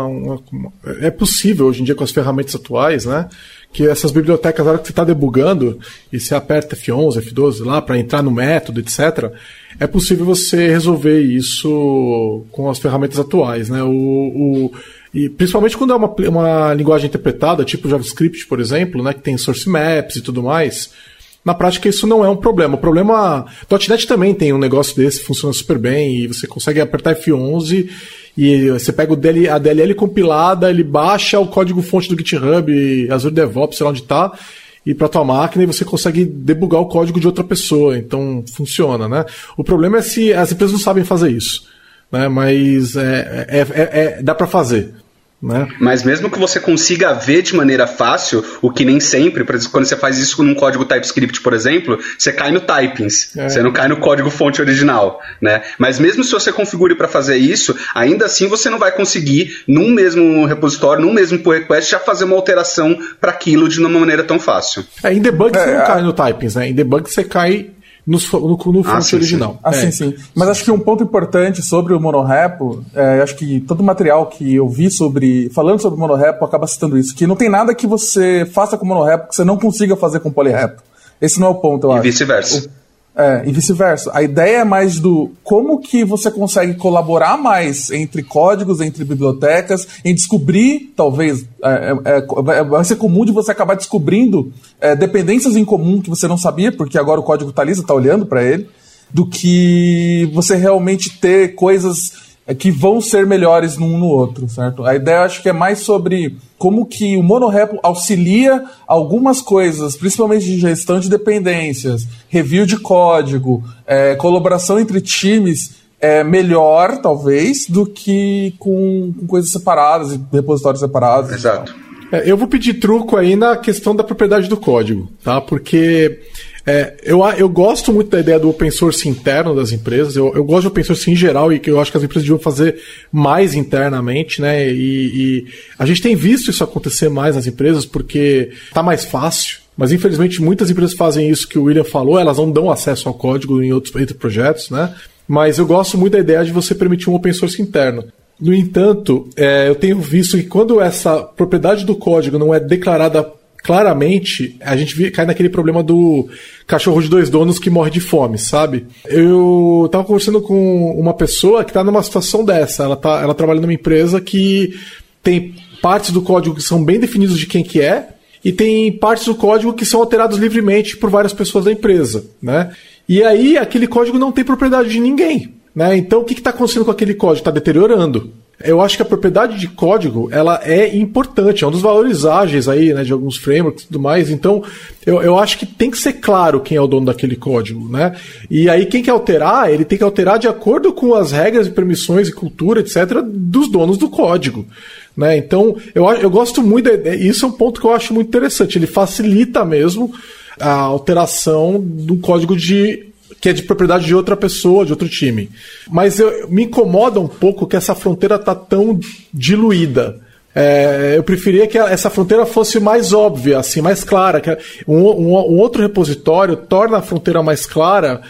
é possível hoje em dia com as ferramentas atuais, né, que essas bibliotecas, na hora que você está debugando e você aperta F11, F12 lá para entrar no método, etc., é possível você resolver isso com as ferramentas atuais, né? E principalmente quando é uma linguagem interpretada, tipo JavaScript, por exemplo, né, que tem source maps e tudo mais, na prática isso não é um problema. O problema... .NET também tem um negócio desse, funciona super bem, e você consegue apertar F11 e você pega a DLL compilada, ele baixa o código-fonte do GitHub, Azure DevOps, sei lá onde está, e para tua máquina, e você consegue debugar o código de outra pessoa. Então funciona, né? O problema é se as empresas não sabem fazer isso, né? Mas dá para fazer, né? Mas mesmo que você consiga ver de maneira fácil, o que nem sempre, por exemplo, quando você faz isso num código TypeScript, por exemplo, você cai no typings, você não cai no código fonte original, né? Mas mesmo se você configure para fazer isso, ainda assim você não vai conseguir, num mesmo repositório, num mesmo pull request, já fazer uma alteração para aquilo de uma maneira tão fácil. Em debug você não cai no typings, né? Em debug você cai no fonte original. Sim. Mas acho que um ponto importante sobre o monorepo, acho que todo o material que eu vi falando sobre o monorepo acaba citando isso, que não tem nada que você faça com o monorepo que você não consiga fazer com o polyrepo. Esse não é o ponto, eu acho. E vice-versa. E vice-versa. A ideia é mais do como que você consegue colaborar mais entre códigos, entre bibliotecas, em descobrir, talvez, vai ser comum de você acabar descobrindo dependências em comum que você não sabia, porque agora o código está ali, você está olhando para ele, do que você realmente ter coisas que vão ser melhores num no outro, certo? A ideia, acho que é mais sobre como que o monorepo auxilia algumas coisas, principalmente de gestão de dependências, review de código, colaboração entre times, melhor, talvez, do que com coisas separadas, repositórios separados. Exato. Eu vou pedir truco aí na questão da propriedade do código, tá? Porque eu gosto muito da ideia do open source interno das empresas, eu gosto de open source em geral e que eu acho que as empresas deviam fazer mais internamente, né? E a gente tem visto isso acontecer mais nas empresas porque tá mais fácil, mas infelizmente muitas empresas fazem isso que o William falou, elas não dão acesso ao código entre projetos, né? mas eu gosto muito da ideia de você permitir um open source interno. No entanto, eu tenho visto que quando essa propriedade do código não é declarada claramente, a gente cai naquele problema do cachorro de 2 donos que morre de fome, sabe? Eu tava conversando com uma pessoa que tá numa situação dessa. Ela trabalha numa empresa que tem partes do código que são bem definidos de quem que é, e tem partes do código que são alterados livremente por várias pessoas da empresa, né? E aí aquele código não tem propriedade de ninguém, né? Então o que está acontecendo com aquele código? Está deteriorando. Eu acho que a propriedade de código, ela é importante, é um dos valores ágeis aí, né, de alguns frameworks e tudo mais. Então, eu acho que tem que ser claro quem é o dono daquele código, né? E aí quem quer alterar, ele tem que alterar de acordo com as regras e permissões e cultura, etc., dos donos do código, né? Então, eu gosto muito, isso é um ponto que eu acho muito interessante, ele facilita mesmo a alteração do código que é de propriedade de outra pessoa, de outro time. Mas me incomoda um pouco que essa fronteira está tão diluída. Eu preferia que essa fronteira fosse mais óbvia, assim, mais clara. Que um outro repositório torna a fronteira mais clara,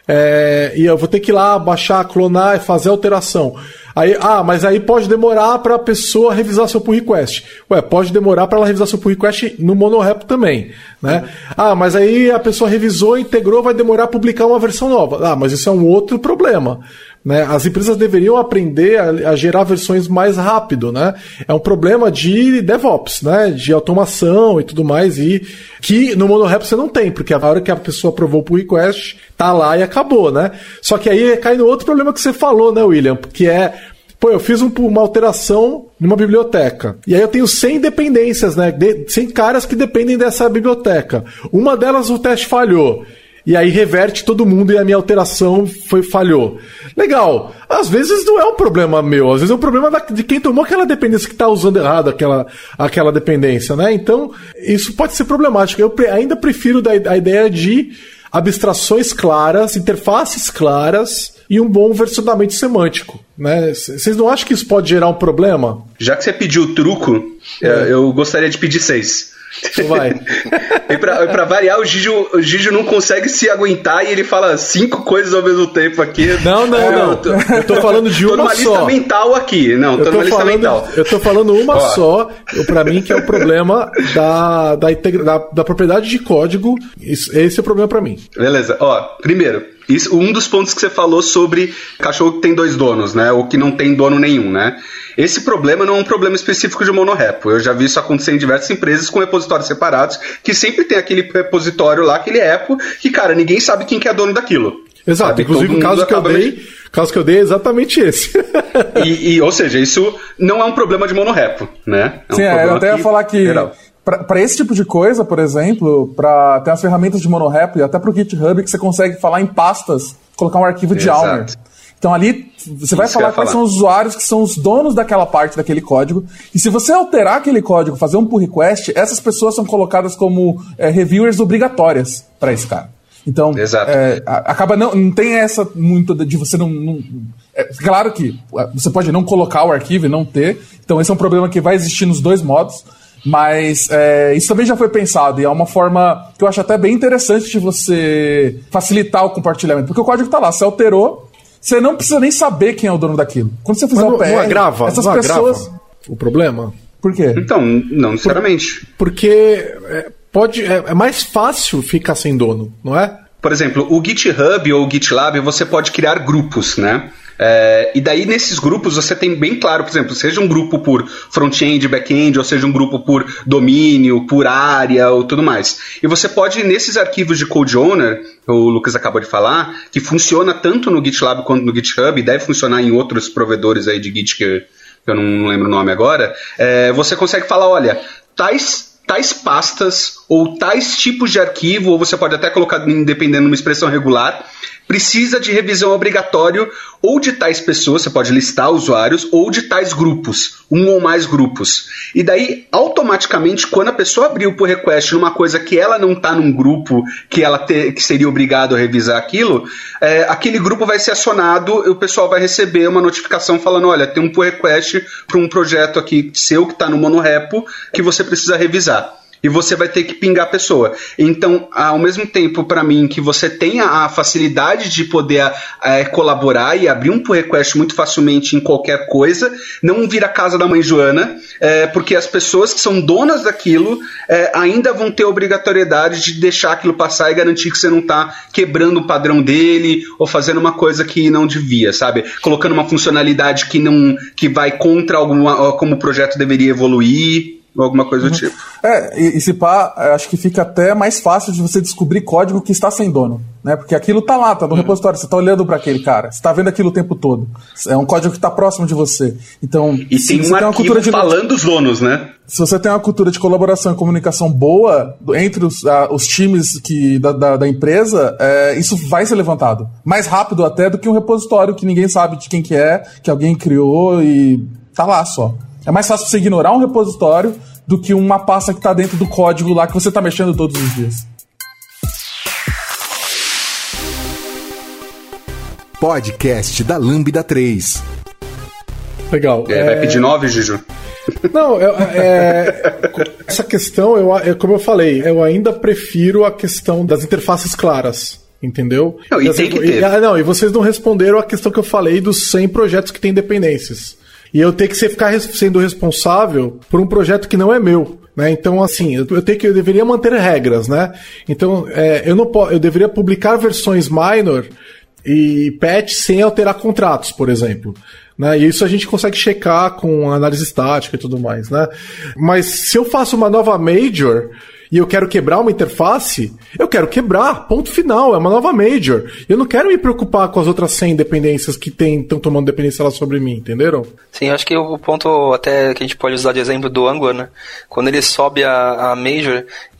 e eu vou ter que ir lá baixar, clonar e fazer a alteração. Mas aí pode demorar para a pessoa revisar seu pull request. Pode demorar para ela revisar seu pull request no monorepo também, né? Mas aí a pessoa revisou, integrou, vai demorar a publicar uma versão nova. Mas isso é um outro problema, né? As empresas deveriam aprender a gerar versões mais rápido, né? É um problema de DevOps, né? De automação e tudo mais, e que no monorepo você não tem, porque a hora que a pessoa aprovou o pull request, tá lá e acabou, né? Só que aí cai no outro problema que você falou, né, William? Que eu fiz uma alteração numa biblioteca. E aí eu tenho 100 dependências, né? 100 caras que dependem dessa biblioteca. Uma delas o teste falhou. E aí reverte todo mundo e a minha alteração falhou. Legal. Às vezes não é um problema meu. Às vezes é um problema de quem tomou aquela dependência que está usando errado aquela dependência, né? Então, isso pode ser problemático. Eu ainda prefiro a ideia de abstrações claras, interfaces claras e um bom versionamento semântico, né? Vocês não acham que isso pode gerar um problema? Já que você pediu o truco, eu gostaria de pedir 6. Vai. E pra variar, o Gigi não consegue se aguentar e ele fala 5 coisas ao mesmo tempo aqui. Não. Eu tô falando de uma só. Tô numa lista mental aqui. Não, tô numa lista mental. Eu tô falando uma só, pra mim, que é o problema da propriedade de código. Esse é o problema pra mim. Beleza. Primeiro, um dos pontos que você falou sobre cachorro que tem 2 donos, né? Ou que não tem dono nenhum, né? Esse problema não é um problema específico de monorepo. Eu já vi isso acontecer em diversas empresas com repositórios separados, que sempre tem aquele repositório lá, aquele repo, que, cara, ninguém sabe quem que é dono daquilo. Exato, sabe? Inclusive o caso que eu dei é exatamente esse. Ou seja, isso não é um problema de monorepo, né? Sim, eu até ia falar que para esse tipo de coisa, por exemplo, para ter as ferramentas de monorepo e até para o GitHub, que você consegue falar em pastas, colocar um arquivo de Almer. Então ali você vai falar quais são os usuários que são os donos daquela parte daquele código. E se você alterar aquele código, fazer um pull request, essas pessoas são colocadas como reviewers obrigatórias para esse cara. Então, acaba não tem essa muito de você não claro que você pode não colocar o arquivo e não ter. Então esse é um problema que vai existir nos 2 modos. Mas isso também já foi pensado e é uma forma que eu acho até bem interessante de você facilitar o compartilhamento. Porque o código está lá, você alterou, você não precisa nem saber quem é o dono daquilo. Quando você fizer o PR, essas pessoas... o problema? Por quê? Então, não necessariamente. Porque é mais fácil ficar sem dono, não é? Por exemplo, o GitHub ou o GitLab, você pode criar grupos, né? E daí nesses grupos você tem bem claro, por exemplo, seja um grupo por front-end, back-end, ou seja um grupo por domínio, por área ou tudo mais. E você pode, nesses arquivos de Code Owner, o Lucas acabou de falar, que funciona tanto no GitLab quanto no GitHub, e deve funcionar em outros provedores aí de Git que eu não lembro o nome agora, você consegue falar, olha, tais pastas ou tais tipos de arquivo, ou você pode até colocar, dependendo de uma expressão regular, precisa de revisão obrigatório ou de tais pessoas, você pode listar usuários, ou de tais grupos, um ou mais grupos. E daí, automaticamente, quando a pessoa abrir o pull request numa coisa que ela não está num grupo que seria obrigado a revisar aquilo, aquele grupo vai ser acionado e o pessoal vai receber uma notificação falando, olha, tem um pull request para um projeto aqui seu que está no monorepo que você precisa revisar. e você vai ter que pingar a pessoa. Então, ao mesmo tempo, para mim, que você tenha a facilidade de poder colaborar e abrir um pull request muito facilmente em qualquer coisa, não vira a casa da mãe Joana, porque as pessoas que são donas daquilo ainda vão ter a obrigatoriedade de deixar aquilo passar e garantir que você não está quebrando o padrão dele ou fazendo uma coisa que não devia, sabe? Colocando uma funcionalidade que vai contra como o projeto deveria evoluir, ou alguma coisa do tipo. E se pá, acho que fica até mais fácil de você descobrir código que está sem dono, né? Porque aquilo tá lá, tá no repositório, você tá olhando para aquele cara, você tá vendo aquilo o tempo todo. É um código que tá próximo de você. Então, e tem uma cultura falando dos donos, né? Se você tem uma cultura de colaboração e comunicação boa entre os times da empresa, isso vai ser levantado. Mais rápido até do que um repositório que ninguém sabe de quem que é, que alguém criou e tá lá só. É mais fácil você ignorar um repositório do que uma pasta que está dentro do código lá que você está mexendo todos os dias. Podcast da Lambda 3. Legal. Vai pedir 9, Juju? Não, essa questão, como eu falei, eu ainda prefiro a questão das interfaces claras. Entendeu? Não, e tem que ter. E vocês não responderam a questão que eu falei dos 100 projetos que têm dependências. E eu tenho que ficar sendo responsável por um projeto que não é meu, né? Então, assim, eu deveria manter regras, né? Então, eu deveria publicar versões minor e patch sem alterar contratos, por exemplo. Né? E isso a gente consegue checar com análise estática e tudo mais, né? Mas se eu faço uma nova major e eu quero quebrar uma interface, eu quero quebrar, ponto final, é uma nova major. Eu não quero me preocupar com as outras 100 dependências que estão tomando dependência lá sobre mim, entenderam? Sim, eu acho que o ponto até que a gente pode usar de exemplo do Angular, né? Quando ele sobe a major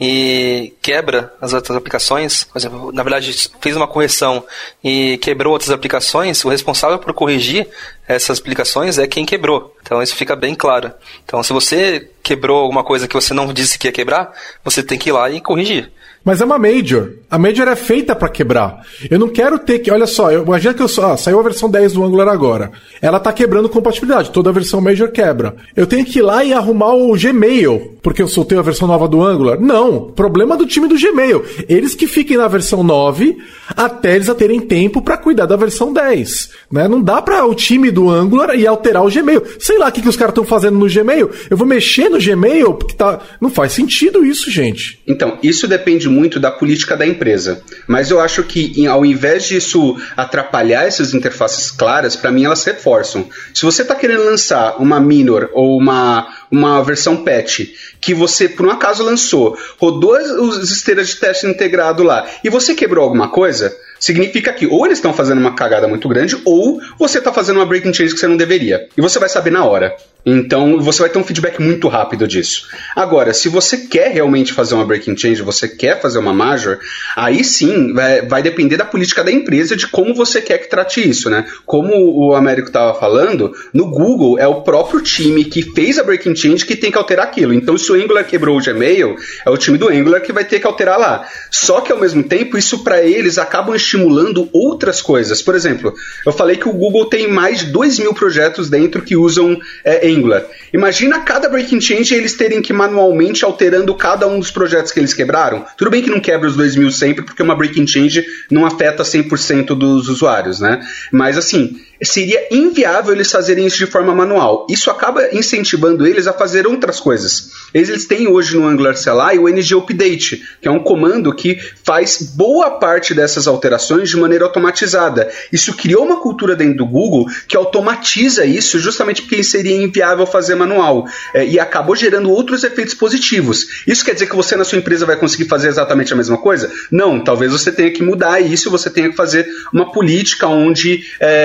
e quebra as outras aplicações, por exemplo, na verdade fez uma correção e quebrou outras aplicações, o responsável por corrigir essas aplicações é quem quebrou. Então isso fica bem claro. Então se você quebrou alguma coisa que você não disse que ia quebrar, você tem que ir lá e corrigir. Mas é uma major. A major é feita para quebrar. Eu não quero ter que... Olha só, imagina que saiu a versão 10 do Angular agora. Ela tá quebrando compatibilidade. Toda a versão major quebra. Eu tenho que ir lá e arrumar o Gmail, porque eu soltei a versão nova do Angular? Não. Problema do time do Gmail. Eles que fiquem na versão 9 até eles terem tempo para cuidar da versão 10. Né? Não dá para o time do Angular ir alterar o Gmail. Sei lá o que os caras estão fazendo no Gmail. Eu vou mexer no Gmail porque não faz sentido isso, gente. Então, isso depende muito da política da empresa. Mas eu acho que, ao invés disso atrapalhar essas interfaces claras, para mim elas reforçam. Se você está querendo lançar uma minor ou uma versão patch que você, por um acaso, lançou, rodou as esteiras de teste integrado lá e você quebrou alguma coisa, significa que ou eles estão fazendo uma cagada muito grande ou você está fazendo uma breaking change que você não deveria. E você vai saber na hora. Então, você vai ter um feedback muito rápido disso. Agora, se você quer realmente fazer uma breaking change, você quer fazer uma major, aí sim, vai depender da política da empresa, de como você quer que trate isso, né? Como o Américo estava falando, no Google é o próprio time que fez a breaking change que tem que alterar aquilo. Então, se o Angular quebrou o Gmail, é o time do Angular que vai ter que alterar lá. Só que, ao mesmo tempo, isso para eles acabam estimulando outras coisas. Por exemplo, eu falei que o Google tem mais de 2.000 projetos dentro que usam Angular. Imagina cada breaking change eles terem que manualmente alterando cada um dos projetos que eles quebraram. Tudo bem que não quebra os 2.000 sempre, porque uma breaking change não afeta 100% dos usuários, né? Mas assim, seria inviável eles fazerem isso de forma manual. Isso acaba incentivando eles a fazer outras coisas. Eles têm hoje no Angular CLI o NG Update, que é um comando que faz boa parte dessas alterações de maneira automatizada. Isso criou uma cultura dentro do Google que automatiza isso justamente porque seria inviável fazer manual. E acabou gerando outros efeitos positivos. Isso quer dizer que você na sua empresa vai conseguir fazer exatamente a mesma coisa? Não, talvez você tenha que mudar isso, você tenha que fazer uma política onde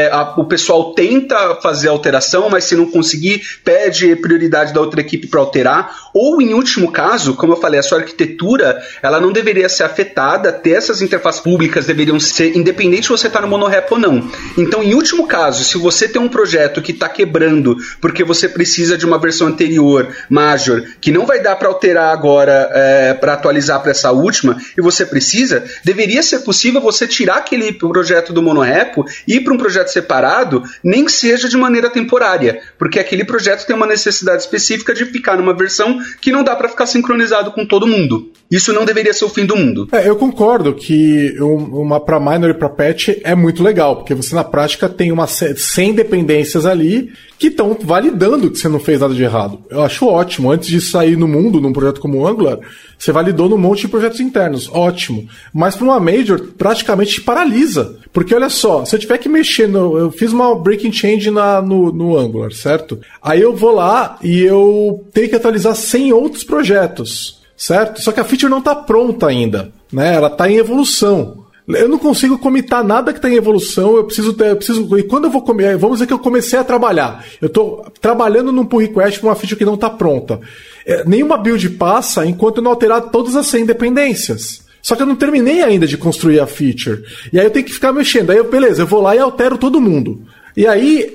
o pessoal tenta fazer a alteração, mas se não conseguir, pede prioridade da outra equipe para alterar. Ou, em último caso, como eu falei, a sua arquitetura ela não deveria ser afetada, ter essas interfaces públicas deveriam ser independente se você está no monorepo ou não. Então, em último caso, se você tem um projeto que está quebrando porque você precisa de uma versão anterior, major, que não vai dar para alterar agora para atualizar para essa última, e você precisa, deveria ser possível você tirar aquele projeto do monorepo e ir para um projeto separado melhorado, nem que seja de maneira temporária, porque aquele projeto tem uma necessidade específica de ficar numa versão que não dá para ficar sincronizado com todo mundo. Isso não deveria ser o fim do mundo. Eu concordo que uma para minor e para patch é muito legal, porque você na prática tem 100 dependências ali que estão validando que você não fez nada de errado. Eu acho ótimo. Antes de sair no mundo, num projeto como o Angular, você validou num monte de projetos internos. Ótimo. Mas para uma major, praticamente te paralisa. Porque olha só, se eu tiver que mexer eu fiz uma breaking change no Angular, certo? Aí eu vou lá e eu tenho que atualizar 100 outros projetos, certo? Só que a feature não está pronta ainda, né? Ela está em evolução. Eu não consigo commitar nada que está em evolução, eu preciso. E quando eu vou comer, vamos dizer que eu comecei a trabalhar. Eu estou trabalhando num pull request para uma feature que não está pronta. Nenhuma build passa enquanto eu não alterar todas as 100 dependências. Só que eu não terminei ainda de construir a feature. E aí eu tenho que ficar mexendo. Aí beleza, eu vou lá e altero todo mundo. E aí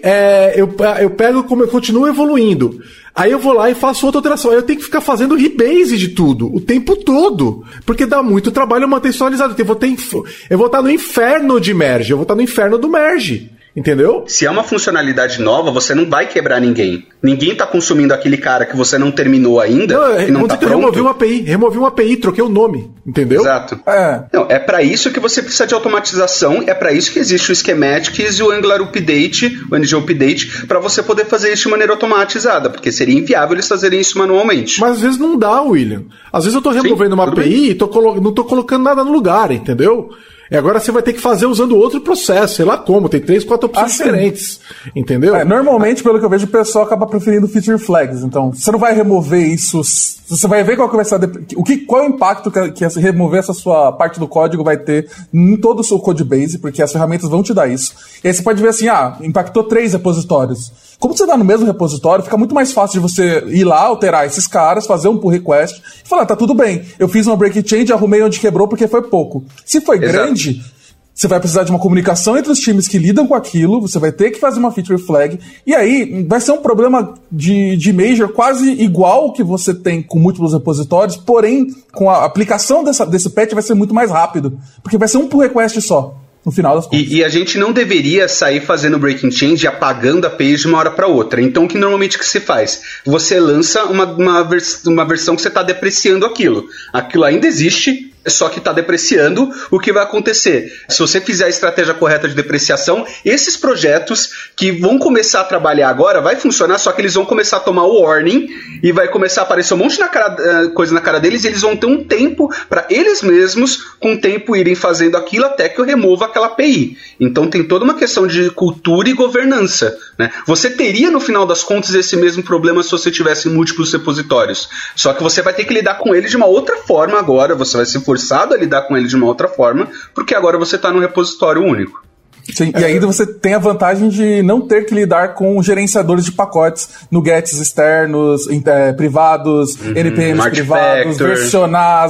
eu pego como eu continuo evoluindo. Aí eu vou lá e faço outra alteração. Aí eu tenho que ficar fazendo rebase de tudo, o tempo todo. Porque dá muito trabalho eu manter isso atualizado. Eu vou estar no inferno de merge, eu vou estar no inferno do merge. Entendeu? Se é uma funcionalidade nova, você não vai quebrar ninguém. Ninguém tá consumindo aquele cara que você não terminou ainda. Não tá pronto. Eu removi uma API, troquei o nome. Entendeu? Exato. Não, é pra isso que você precisa de automatização, é pra isso que existe o Schematics e o Angular Update, o NG Update, pra você poder fazer isso de maneira automatizada, porque seria inviável eles fazerem isso manualmente. Mas às vezes não dá, William. Às vezes eu tô removendo uma API e não tô colocando nada no lugar, entendeu? E agora você vai ter que fazer usando outro processo, sei lá como, tem 3, 4 opções diferentes, entendeu? Normalmente, pelo que eu vejo, o pessoal acaba preferindo feature flags, então você não vai remover isso, você vai ver qual que vai ser qual é o impacto que remover essa sua parte do código vai ter em todo o seu codebase, porque as ferramentas vão te dar isso. E aí você pode ver assim, impactou 3 repositórios. Como você dá no mesmo repositório, fica muito mais fácil de você ir lá, alterar esses caras, fazer um pull request e falar, tá tudo bem, eu fiz uma break change, arrumei onde quebrou porque foi pouco. Se foi grande, você vai precisar de uma comunicação entre os times que lidam com aquilo, você vai ter que fazer uma feature flag, e aí vai ser um problema de major quase igual ao que você tem com múltiplos repositórios, porém, com a aplicação desse patch vai ser muito mais rápido, porque vai ser um pull request só. No final das contas. E a gente não deveria sair fazendo breaking change e apagando a page de uma hora para outra. Então, o que normalmente que se faz? Você lança uma versão que você está depreciando aquilo. Aquilo ainda existe, só que está depreciando. O que vai acontecer? Se você fizer a estratégia correta de depreciação, esses projetos que vão começar a trabalhar agora, vai funcionar, só que eles vão começar a tomar o warning e vai começar a aparecer um monte de coisa na cara deles, e eles vão ter um tempo para eles mesmos, com o tempo, irem fazendo aquilo até que eu remova aquela API. Então tem toda uma questão de cultura e governança, né? Você teria, no final das contas, esse mesmo problema se você tivesse múltiplos repositórios. Só que você vai ter que lidar com ele de uma outra forma agora, você vai ser forçado a lidar com ele de uma outra forma, porque agora você está num repositório único. Sim, e ainda você tem a vantagem de não ter que lidar com gerenciadores de pacotes, nuggets externos, privados, NPMs privados, versionar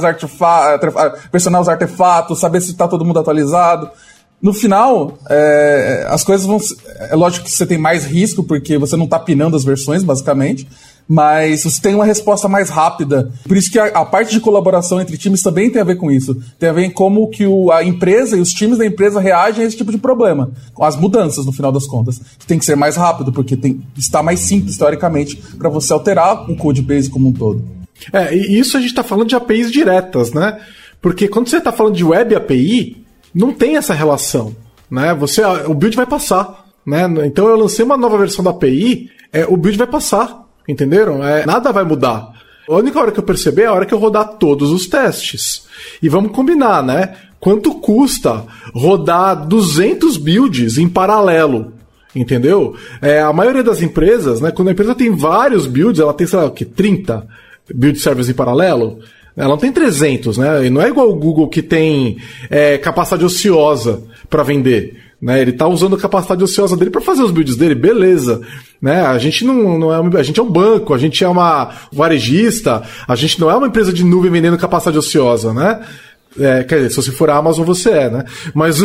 os artefatos, saber se está todo mundo atualizado. No final, as coisas vão... É lógico que você tem mais risco, porque você não está pinando as versões, basicamente, mas você tem uma resposta mais rápida. Por isso que a parte de colaboração entre times também tem a ver com isso. Tem a ver em como que a empresa e os times da empresa reagem a esse tipo de problema. Com as mudanças, no final das contas. Tem que ser mais rápido, porque está mais simples, teoricamente, para você alterar o codebase como um todo. E isso a gente está falando de APIs diretas, né? Porque quando você está falando de web API, não tem essa relação, né? O build vai passar, né? Então eu lancei uma nova versão da API, o build vai passar. Entenderam? Nada vai mudar. A única hora que eu perceber é a hora que eu rodar todos os testes. E vamos combinar, né? Quanto custa rodar 200 builds em paralelo? Entendeu? A maioria das empresas, né? Quando a empresa tem vários builds, ela tem, sei lá, 30 build servers em paralelo. Ela não tem 300, né? E não é igual o Google que tem capacidade ociosa para vender. Né, ele está usando a capacidade ociosa dele para fazer os builds dele, beleza. Né, a gente não é a gente é um banco, a gente é uma varejista, a gente não é uma empresa de nuvem vendendo capacidade ociosa, né? Quer dizer, se você for a Amazon, você né? Mas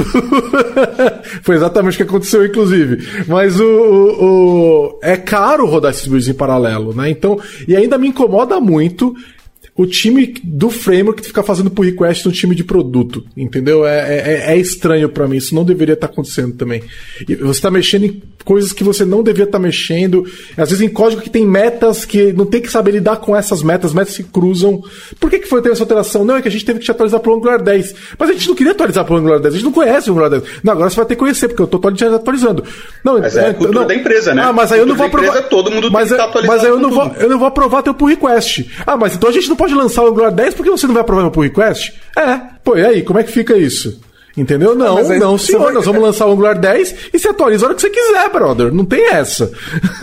foi exatamente o que aconteceu, inclusive. Mas é caro rodar esses builds em paralelo, né? Então, e ainda me incomoda muito o time do framework ficar fazendo pull request no time de produto, entendeu? É estranho pra mim, isso não deveria estar acontecendo também. E você tá mexendo em coisas que você não devia estar mexendo, às vezes em código que tem metas que não tem que saber lidar com essas metas se cruzam. Por que foi ter essa alteração? Não, é que a gente teve que te atualizar pro Angular 10. Mas a gente não queria atualizar pro Angular 10, a gente não conhece o Angular 10. Não, agora você vai ter que conhecer, porque eu tô atualizando. Não, mas é a cultura da empresa, né? Ah, mas aí eu não vou aprovar. Todo mundo tem que estar atualizado. Mas aí eu não vou aprovar teu pull request. Ah, mas então a gente não pode lançar o Angular 10 porque você não vai aprovar meu pull request? Pô, e aí, como é que fica isso? Entendeu? Não, senhor, nós vamos lançar o Angular 10 e você atualiza a hora que você quiser, brother. Não tem essa.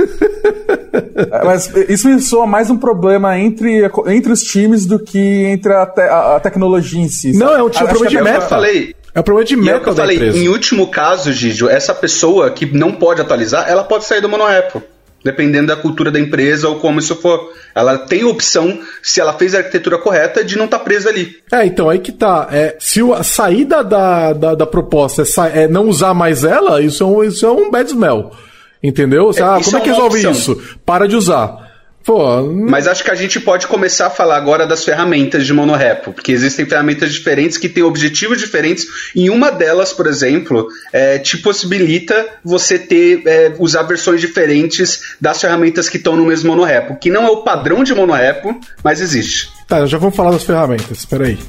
Mas isso me soa mais um problema entre os times do que entre a tecnologia em si. Não, é um problema de meta. É um problema de meta da empresa. Em último caso, Gijo, essa pessoa que não pode atualizar, ela pode sair do monorepo. Dependendo da cultura da empresa ou como isso for. Ela tem a opção, se ela fez a arquitetura correta, de não estar presa ali. Então, aí que tá. Se a saída da proposta é não usar mais ela, isso é um bad smell. Entendeu? Como é que resolve isso? Para de usar. Pô, mas acho que a gente pode começar a falar agora das ferramentas de monorepo, porque existem ferramentas diferentes que têm objetivos diferentes, e uma delas, por exemplo, te possibilita você usar versões diferentes das ferramentas que estão no mesmo monorepo, que não é o padrão de monorepo, mas existe. Tá, já vamos falar das ferramentas, espera aí.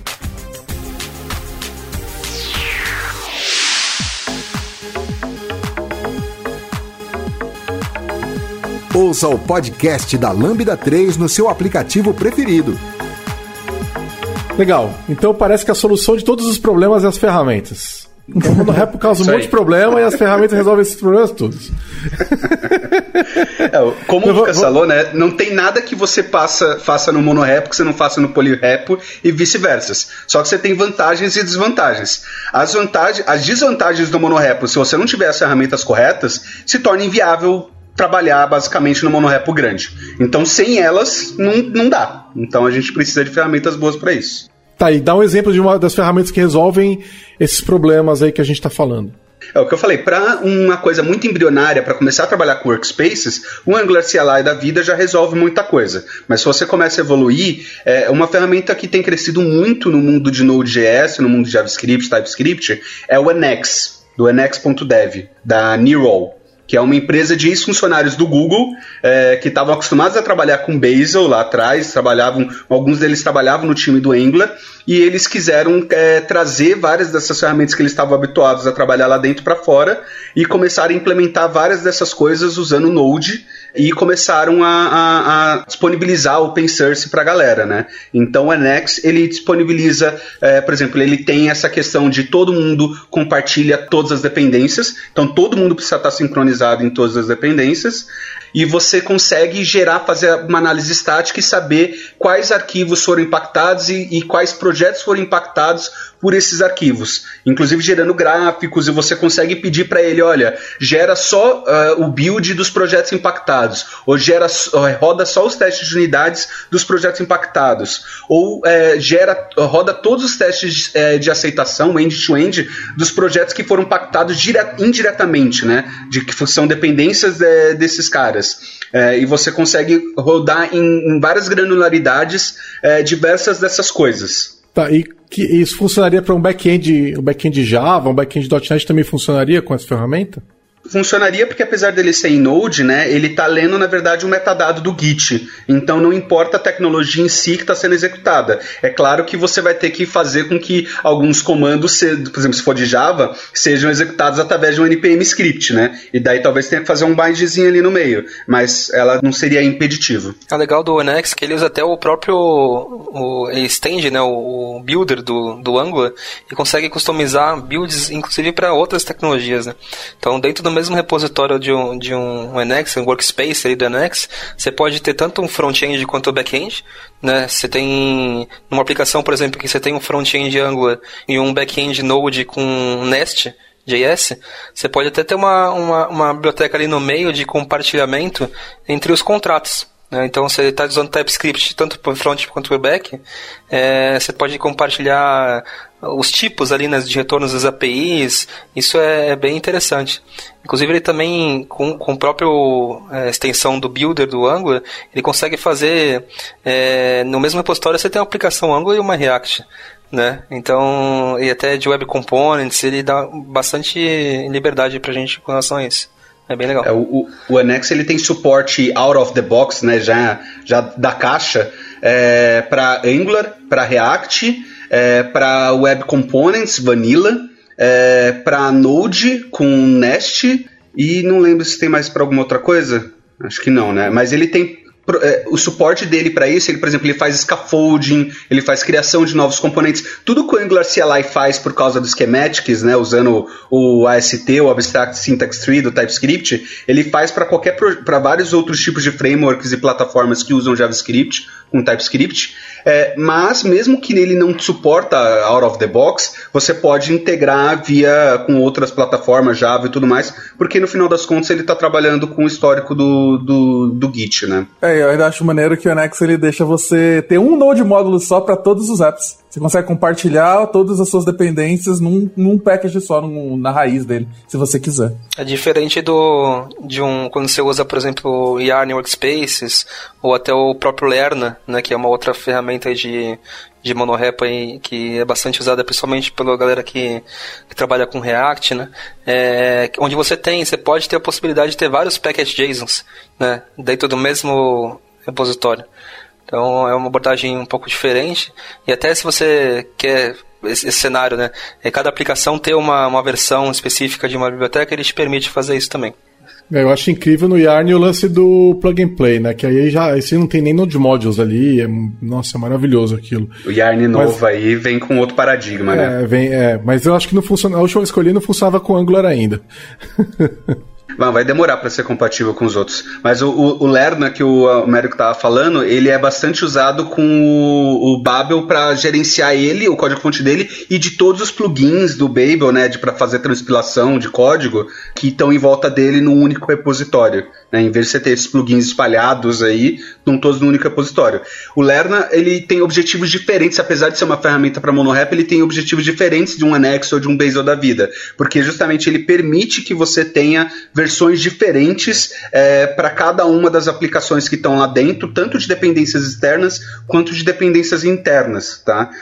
Ouça o podcast da Lambda 3 no seu aplicativo preferido. Legal. Então parece que a solução de todos os problemas é as ferramentas. Então o monorepo causa um monte de problema e as ferramentas resolvem esses problemas todos. Como o Lucas falou, né? Não tem nada que você faça no monorepo que você não faça no polyrepo e vice-versa. Só que você tem vantagens e desvantagens. As desvantagens do monorepo, se você não tiver as ferramentas corretas, se torna inviável trabalhar basicamente no monorepo grande. Então, sem elas, não dá. Então, a gente precisa de ferramentas boas para isso. Tá, e dá um exemplo de uma das ferramentas que resolvem esses problemas aí que a gente está falando. É o que eu falei, para uma coisa muito embrionária, para começar a trabalhar com workspaces, o Angular CLI da vida já resolve muita coisa. Mas se você começa a evoluir, uma ferramenta que tem crescido muito no mundo de Node.js, no mundo de JavaScript, TypeScript, é o NX, do nx.dev, da Neural, que é uma empresa de ex-funcionários do Google, que estavam acostumados a trabalhar com Bazel lá atrás, alguns deles trabalhavam no time do Angular, e eles quiseram trazer várias dessas ferramentas que eles estavam habituados a trabalhar lá dentro para fora, e começaram a implementar várias dessas coisas usando Node, e começaram a disponibilizar open source para a galera, né? Então o NX, ele disponibiliza, por exemplo, ele tem essa questão de todo mundo compartilha todas as dependências, então todo mundo precisa estar sincronizado em todas as dependências, e você consegue fazer uma análise estática e saber quais arquivos foram impactados e quais projetos foram impactados por esses arquivos, inclusive gerando gráficos, e você consegue pedir para ele, olha, gera só o build dos projetos impactados, ou roda só os testes de unidades dos projetos impactados, ou roda todos os testes de aceitação, end-to-end, dos projetos que foram impactados indiretamente, né, de que são dependências desses caras. E você consegue rodar em várias granularidades diversas dessas coisas. Tá, e que isso funcionaria para um back-end Java, um back-end .NET também funcionaria com essa ferramenta? Funcionaria porque, apesar dele ser em Node, né, ele está lendo, na verdade, um metadado do Git. Então, não importa a tecnologia em si que está sendo executada. É claro que você vai ter que fazer com que alguns comandos, por exemplo, se for de Java, sejam executados através de um NPM script, né? E daí talvez tenha que fazer um bindzinho ali no meio. Mas ela não seria impeditivo. É legal do NX que ele usa até o próprio stand, né, o builder do Angular, e consegue customizar builds, inclusive, para outras tecnologias, né? Então, dentro do mesmo repositório de um NX, um workspace ali do NX, você pode ter tanto um front-end quanto um back-end, né? Você tem uma aplicação, por exemplo, que você tem um front-end Angular e um back-end Node com Nest.js, você pode até ter uma biblioteca ali no meio de compartilhamento entre os contratos. né? Então, você está usando TypeScript tanto para o front quanto para o back, você pode compartilhar os tipos ali, né, de retornos das APIs. Isso é bem interessante. Inclusive, ele também, com a própria extensão do Builder do Angular, ele consegue fazer, no mesmo repositório, você tem uma aplicação Angular e uma React, né? Então, e até de Web Components, ele dá bastante liberdade pra gente com relação a isso. É bem legal. O NX, ele tem suporte out of the box, né, já da caixa, para Angular, para React, para Web Components, Vanilla, para Node com Nest, e não lembro se tem mais para alguma outra coisa. Acho que não, né? Mas ele tem o suporte dele para isso. Ele, por exemplo, ele faz scaffolding, ele faz criação de novos componentes, tudo que o Angular CLI faz por causa dos schematics, né, usando o AST, o Abstract Syntax Tree do TypeScript, ele faz para vários outros tipos de frameworks e plataformas que usam JavaScript com TypeScript. Mas mesmo que ele não suporta out of the box, você pode integrar com outras plataformas, Java e tudo mais, porque no final das contas ele está trabalhando com o histórico do Git, né? Eu ainda acho maneiro que o NX ele deixa você ter um node módulo só para todos os apps. Você consegue compartilhar todas as suas dependências num package só, na raiz dele, se você quiser. É diferente quando você usa, por exemplo, o Yarn Workspaces, ou até o próprio Lerna, né, que é uma outra ferramenta de monorepo aí, que é bastante usada principalmente pela galera que trabalha com React, né? Onde você pode ter a possibilidade de ter vários package JSONs, né, dentro do mesmo repositório. Então é uma abordagem um pouco diferente, e até se você quer esse cenário, né, cada aplicação ter uma versão específica de uma biblioteca, ele te permite fazer isso também. Eu acho incrível no Yarn o lance do plug and play, né? Que aí você não tem nem node modules ali. Nossa, é maravilhoso aquilo. O Yarn novo aí vem com outro paradigma, né? Mas eu acho que não funciona. A última que eu escolhi não funcionava com Angular ainda. Vai demorar para ser compatível com os outros. Mas o Lerna, que o Américo estava falando, ele é bastante usado com o Babel para gerenciar o código-fonte dele e de todos os plugins do Babel, né, para fazer transpilação de código que estão em volta dele num único repositório. Né, em vez de você ter esses plugins espalhados aí, estão todos no único repositório. O Lerna, ele tem objetivos diferentes, apesar de ser uma ferramenta para monorepo, ele tem objetivos diferentes de um NX ou de um Bazel da vida, porque justamente ele permite que você tenha versões diferentes para cada uma das aplicações que estão lá dentro, tanto de dependências externas quanto de dependências internas, tá?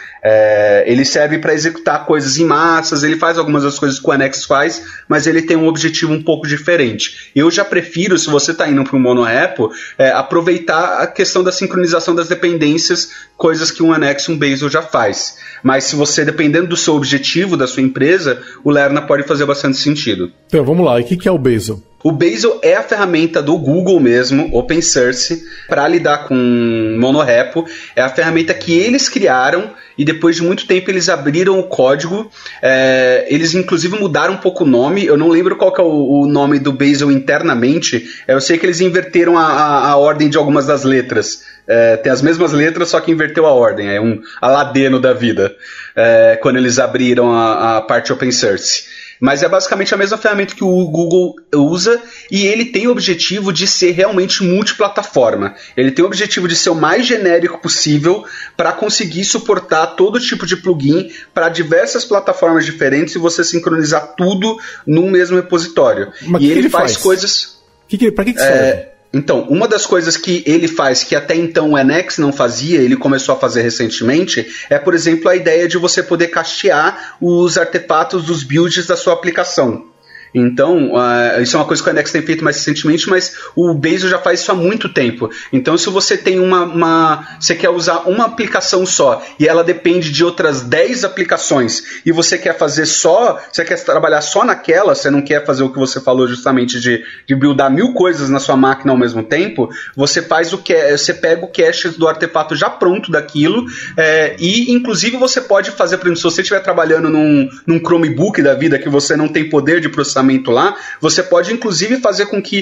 Ele serve para executar coisas em massas, ele faz algumas das coisas que o NX faz, mas ele tem um objetivo um pouco diferente. Eu já prefiro, se você está indo para um monorepo, aproveitar a questão da sincronização das dependências, coisas que um NX e um Bazel já faz. Mas se você, dependendo do seu objetivo, da sua empresa, o Lerna pode fazer bastante sentido. Então, vamos lá. E o que é o Bazel? O Bazel é a ferramenta do Google mesmo, Open Source, para lidar com monorepo. É a ferramenta que eles criaram e depois de muito tempo eles abriram o código. Eles inclusive mudaram um pouco o nome. Eu não lembro qual que é o nome do Bazel internamente. Eu sei que eles inverteram a ordem de algumas das letras. Tem as mesmas letras, só que inverteu a ordem. É um aladeno da vida, quando eles abriram a parte Open Source. Mas é basicamente a mesma ferramenta que o Google usa, e ele tem o objetivo de ser realmente multiplataforma. Ele tem o objetivo de ser o mais genérico possível para conseguir suportar todo tipo de plugin para diversas plataformas diferentes e você sincronizar tudo num mesmo repositório. Mas e ele faz coisas... Para que serve? Então, uma das coisas que ele faz, que até então o NX não fazia, ele começou a fazer recentemente, é, por exemplo, a ideia de você poder cachear os artefatos dos builds da sua aplicação. Então, isso é uma coisa que o NX tem feito mais recentemente, mas o Bazel já faz isso há muito tempo. Então, se você tem você quer usar uma aplicação só e ela depende de outras 10 aplicações e você quer você quer trabalhar só naquela, você não quer fazer o que você falou justamente de buildar 1000 coisas na sua máquina ao mesmo tempo, você você pega o cache do artefato já pronto daquilo, e inclusive você pode fazer, por exemplo, se você estiver trabalhando num Chromebook da vida que você não tem poder de processamento lá, você pode inclusive fazer com que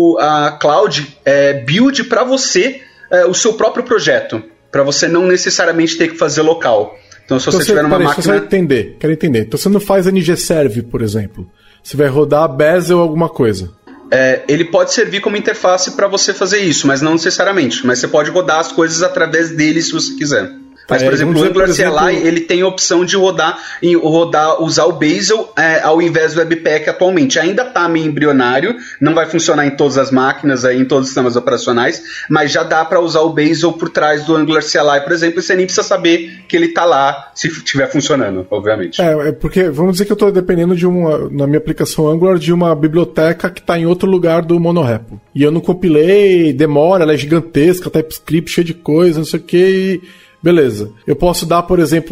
a cloud build para você o seu próprio projeto, para você não necessariamente ter que fazer local. Então, se você tiver numa máquina... Quero entender. Então, você não faz NGServe, por exemplo. Você vai rodar Bazel alguma coisa. ele pode servir como interface para você fazer isso, mas não necessariamente. Mas você pode rodar as coisas através dele se você quiser. Mas, por exemplo, o Angular CLI, ele tem a opção de usar o Bazel ao invés do Webpack atualmente. Ainda está meio embrionário, não vai funcionar em todas as máquinas, em todos os sistemas operacionais, mas já dá para usar o Bazel por trás do Angular CLI, por exemplo, e você nem precisa saber que ele está lá, se estiver funcionando, obviamente. Porque vamos dizer que eu estou dependendo na minha aplicação Angular, de uma biblioteca que está em outro lugar do monorepo. E eu não compilei, demora, ela é gigantesca, TypeScript cheio de coisa, não sei o que. Beleza. Eu posso dar, por exemplo,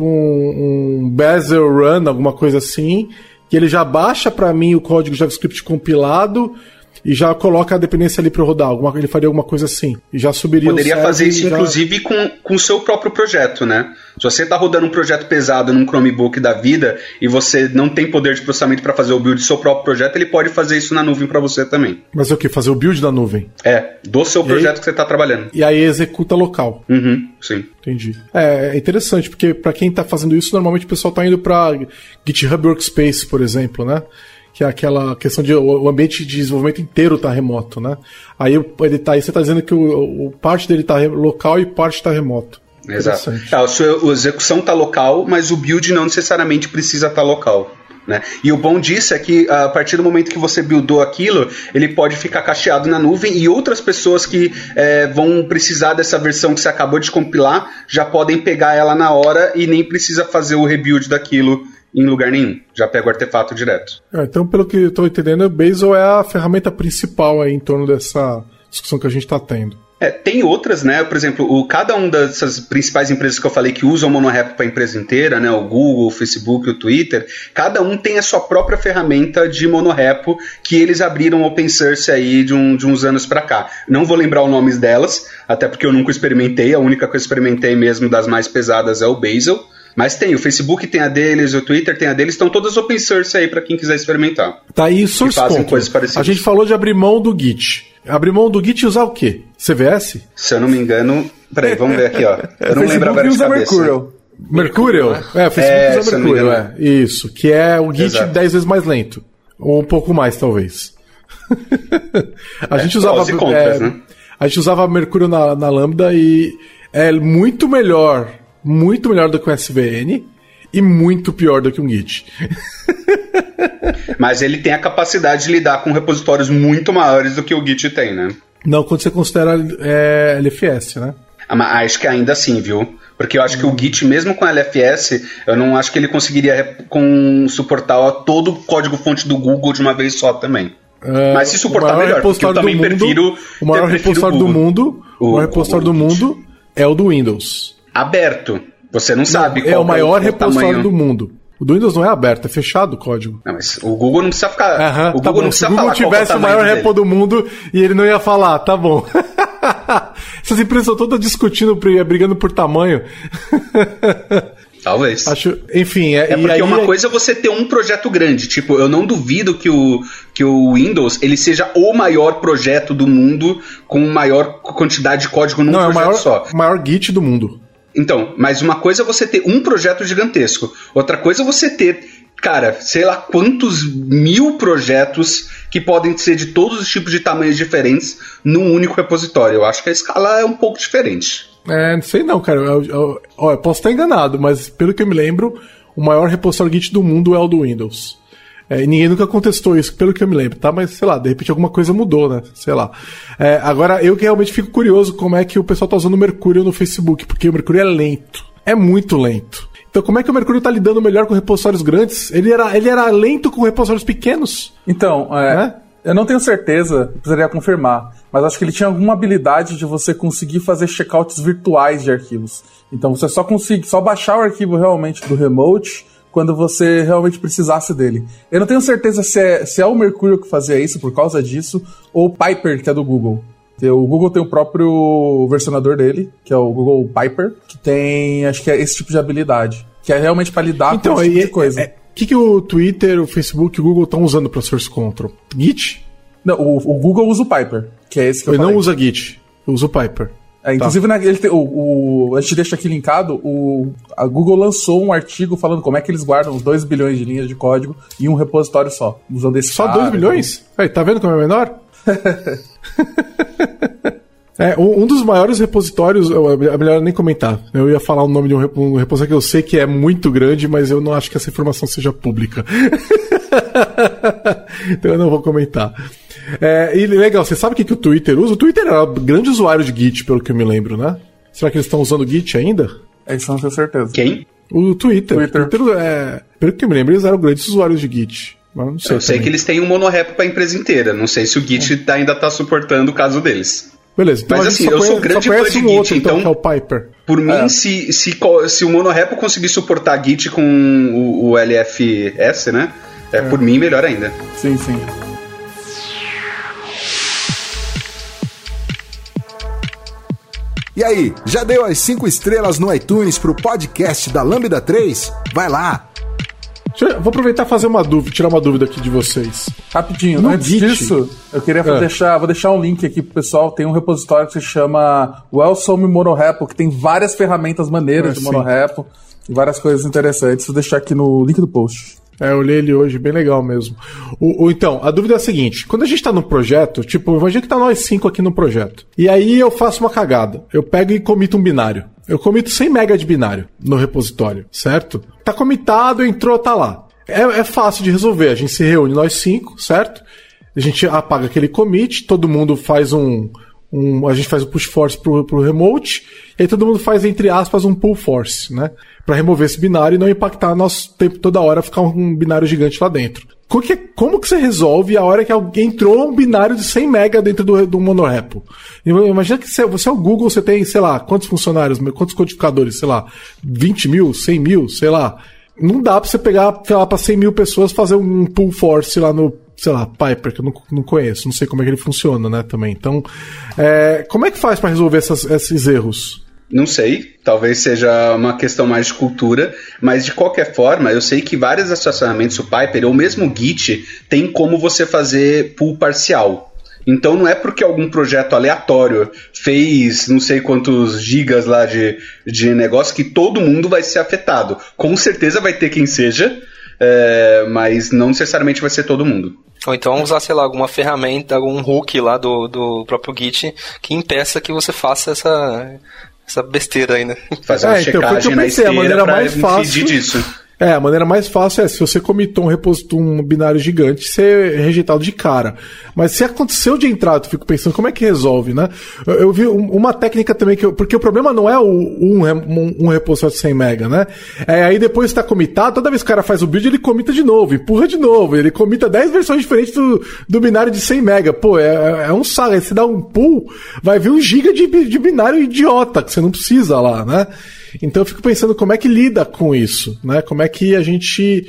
um Bazel Run, alguma coisa assim, que ele já baixa para mim o código JavaScript compilado e já coloca a dependência ali para rodar. Ele faria alguma coisa assim. E já subiria Poderia fazer isso, inclusive, com o seu próprio projeto, né? Se você está rodando um projeto pesado num Chromebook da vida e você não tem poder de processamento para fazer o build do seu próprio projeto, ele pode fazer isso na nuvem para você também. Mas é o quê? Fazer o build na nuvem? Do seu projeto que você está trabalhando. E aí executa local. Sim. Entendi. É interessante, porque para quem está fazendo isso, normalmente o pessoal está indo para GitHub Workspace, por exemplo, né? Que é aquela questão de o ambiente de desenvolvimento inteiro tá remoto, né? Aí você tá dizendo que o parte dele tá local e parte tá remoto. Exato. A sua execução tá local, mas o build não necessariamente precisa estar local, né? E o bom disso é que a partir do momento que você buildou aquilo, ele pode ficar cacheado na nuvem e outras pessoas que vão precisar dessa versão que você acabou de compilar já podem pegar ela na hora e nem precisa fazer o rebuild daquilo em lugar nenhum. Já pega o artefato direto. Então, pelo que eu estou entendendo, o Bazel é a ferramenta principal aí em torno dessa discussão que a gente está tendo. Tem outras, né? Por exemplo, cada uma dessas principais empresas que eu falei que usam o monorepo para a empresa inteira, né? O Google, o Facebook, o Twitter, cada um tem a sua própria ferramenta de monorepo que eles abriram open source aí de uns anos para cá. Não vou lembrar os nomes delas, até porque eu nunca experimentei. A única que eu experimentei mesmo das mais pesadas é o Bazel. Mas tem, o Facebook tem a deles, o Twitter tem a deles, estão todas open source aí para quem quiser experimentar. Tá aí, source control. A gente falou de abrir mão do Git. Abrir mão do Git e usar o quê? CVS? Se eu não me engano... Peraí, vamos ver aqui, ó. Eu não lembro agora de cabeça. Mercurial? O Facebook usa Mercurial, Isso, que é o Git 10 vezes mais lento. Ou um pouco mais, talvez. A gente usava... né? A gente usava Mercurial na Lambda e é muito melhor do que o SVN e muito pior do que um Git. Mas ele tem a capacidade de lidar com repositórios muito maiores do que o Git tem, né? Não, quando você considera LFS, né? Mas acho que ainda assim, viu? Porque eu acho que o Git, mesmo com LFS, eu não acho que ele conseguiria suportar todo o código-fonte do Google de uma vez só também. Mas se suportar melhor, porque eu também prefiro o maior repositório do mundo. O maior repositório do mundo é o do Windows. Aberto. Você não sabe qual é o maior repositório do mundo. O do Windows não é aberto, é fechado o código. Não, mas o Google não precisa ficar... o Google não precisa falar. Se o Google tivesse o maior repo do mundo e ele não ia falar, tá bom. Essas empresas estão todas discutindo, brigando por tamanho. Talvez. Enfim... porque uma coisa é você ter um projeto grande. Tipo, eu não duvido que o Windows ele seja o maior projeto do mundo com maior quantidade de código num projeto só. O maior Git do mundo. Então, mas uma coisa é você ter um projeto gigantesco. Outra coisa é você ter, cara, sei lá quantos 1000 projetos que podem ser de todos os tipos de tamanhos diferentes num único repositório. Eu acho que a escala é um pouco diferente. Não sei não, cara. Eu posso estar enganado, mas pelo que eu me lembro, o maior repositório Git do mundo é o do Windows. E ninguém nunca contestou isso, pelo que eu me lembro, tá? Mas, sei lá, de repente alguma coisa mudou, né? Sei lá. Agora, eu que realmente fico curioso como é que o pessoal tá usando o Mercurial no Facebook, porque o Mercurial é lento. É muito lento. Então, como é que o Mercurial tá lidando melhor com repositórios grandes? Ele era lento com repositórios pequenos? Então, eu não tenho certeza, precisaria confirmar, mas acho que ele tinha alguma habilidade de você conseguir fazer checkouts virtuais de arquivos. Então, você só baixar o arquivo realmente do remote quando você realmente precisasse dele. Eu não tenho certeza se é o Mercurial que fazia isso por causa disso, ou o Piper, que é do Google. O Google tem o próprio versionador dele, que é o Google Piper, que tem, acho que é esse tipo de habilidade, que é realmente para lidar com esse tipo de coisa. O que o Twitter, o Facebook e o Google estão usando para Source Control? Git? Não, o Google usa o Piper, que é esse que eu falei. Ele não usa Git, usa o Piper. Inclusive, a gente deixa aqui linkado, a Google lançou um artigo falando como é que eles guardam os 2 bilhões de linhas de código em um repositório só, usando esse Só 2 bilhões? Tá vendo como é menor? Um dos maiores repositórios, é melhor nem comentar. Eu ia falar o nome de um repositório que eu sei que é muito grande, mas eu não acho que essa informação seja pública. Então eu não vou comentar. E legal, você sabe o que o Twitter usa? O Twitter era um grande usuário de Git, pelo que eu me lembro, né? Será que eles estão usando Git ainda? Isso não tenho certeza. Quem? O Twitter. Pelo que eu me lembro, eles eram grandes usuários de Git. Mas não sei. Eu sei que eles têm um monorepo para a empresa inteira. Não sei se o Git ainda está suportando o caso deles. Beleza, então mas assim, eu sou grande fã de Git, outro, então que é o Piper. Por mim, se o monorepo conseguir suportar Git com o LFS, né? Por mim, melhor ainda. Sim, sim. E aí, já deu as 5 estrelas no iTunes pro podcast da Lambda 3? Vai lá! Vou aproveitar e fazer tirar uma dúvida aqui de vocês. Rapidinho, antes disso, eu queria vou deixar um link aqui pro pessoal. Tem um repositório que se chama Wellsome Monorepo, que tem várias ferramentas maneiras de monorepo e várias coisas interessantes. Vou deixar aqui no link do post. Eu olhei ele hoje, bem legal mesmo. Então, a dúvida é a seguinte: quando a gente tá num projeto, imagina que tá nós 5 aqui no projeto. E aí eu faço uma cagada. Eu pego e comito um binário. Eu comito 100 MB de binário no repositório, certo? Tá comitado, entrou, tá lá. É fácil de resolver. A gente se reúne nós 5, certo? A gente apaga aquele commit, todo mundo faz a gente faz o push force pro remote, e aí todo mundo faz, entre aspas, um pull force, né? Pra remover esse binário e não impactar nosso tempo toda hora, ficar um binário gigante lá dentro. Como que você resolve a hora que alguém entrou um binário de 100 MB dentro do monorepo? Imagina que você é o Google, você tem, sei lá, quantos funcionários, quantos codificadores, sei lá, 20 mil, 100 mil, sei lá. Não dá pra você pegar, sei lá, pra 100 mil pessoas, fazer um pull force lá no, sei lá, Piper, que eu não conheço, não sei como é que ele funciona, né, também. Então, como é que faz pra resolver esses erros? Não sei, talvez seja uma questão mais de cultura, mas de qualquer forma, eu sei que vários estacionamentos, o Piper ou mesmo o Git, tem como você fazer pull parcial. Então não é porque algum projeto aleatório fez não sei quantos gigas lá de negócio que todo mundo vai ser afetado. Com certeza vai ter quem seja, mas não necessariamente vai ser todo mundo. Ou então usar, sei lá, alguma ferramenta, algum hook lá do próprio Git que impeça que você faça essa besteira aí, né? Fazer uma checagem na esteira pra impedir disso. A maneira mais fácil se você comitou um binário gigante, ser rejeitado de cara. Mas se aconteceu de entrada, eu fico pensando, como é que resolve, né? Eu vi uma técnica também, porque o problema não é um repositório de 100 MB, né? Aí depois que tá comitado, toda vez que o cara faz o build, ele comita de novo, empurra de novo, ele comita 10 versões diferentes do binário de 100 MB. Pô, é um saco. Aí você dá um pull, vai vir 1 GB de binário idiota, que você não precisa lá, né? Então eu fico pensando como é que lida com isso, né? Como é que a gente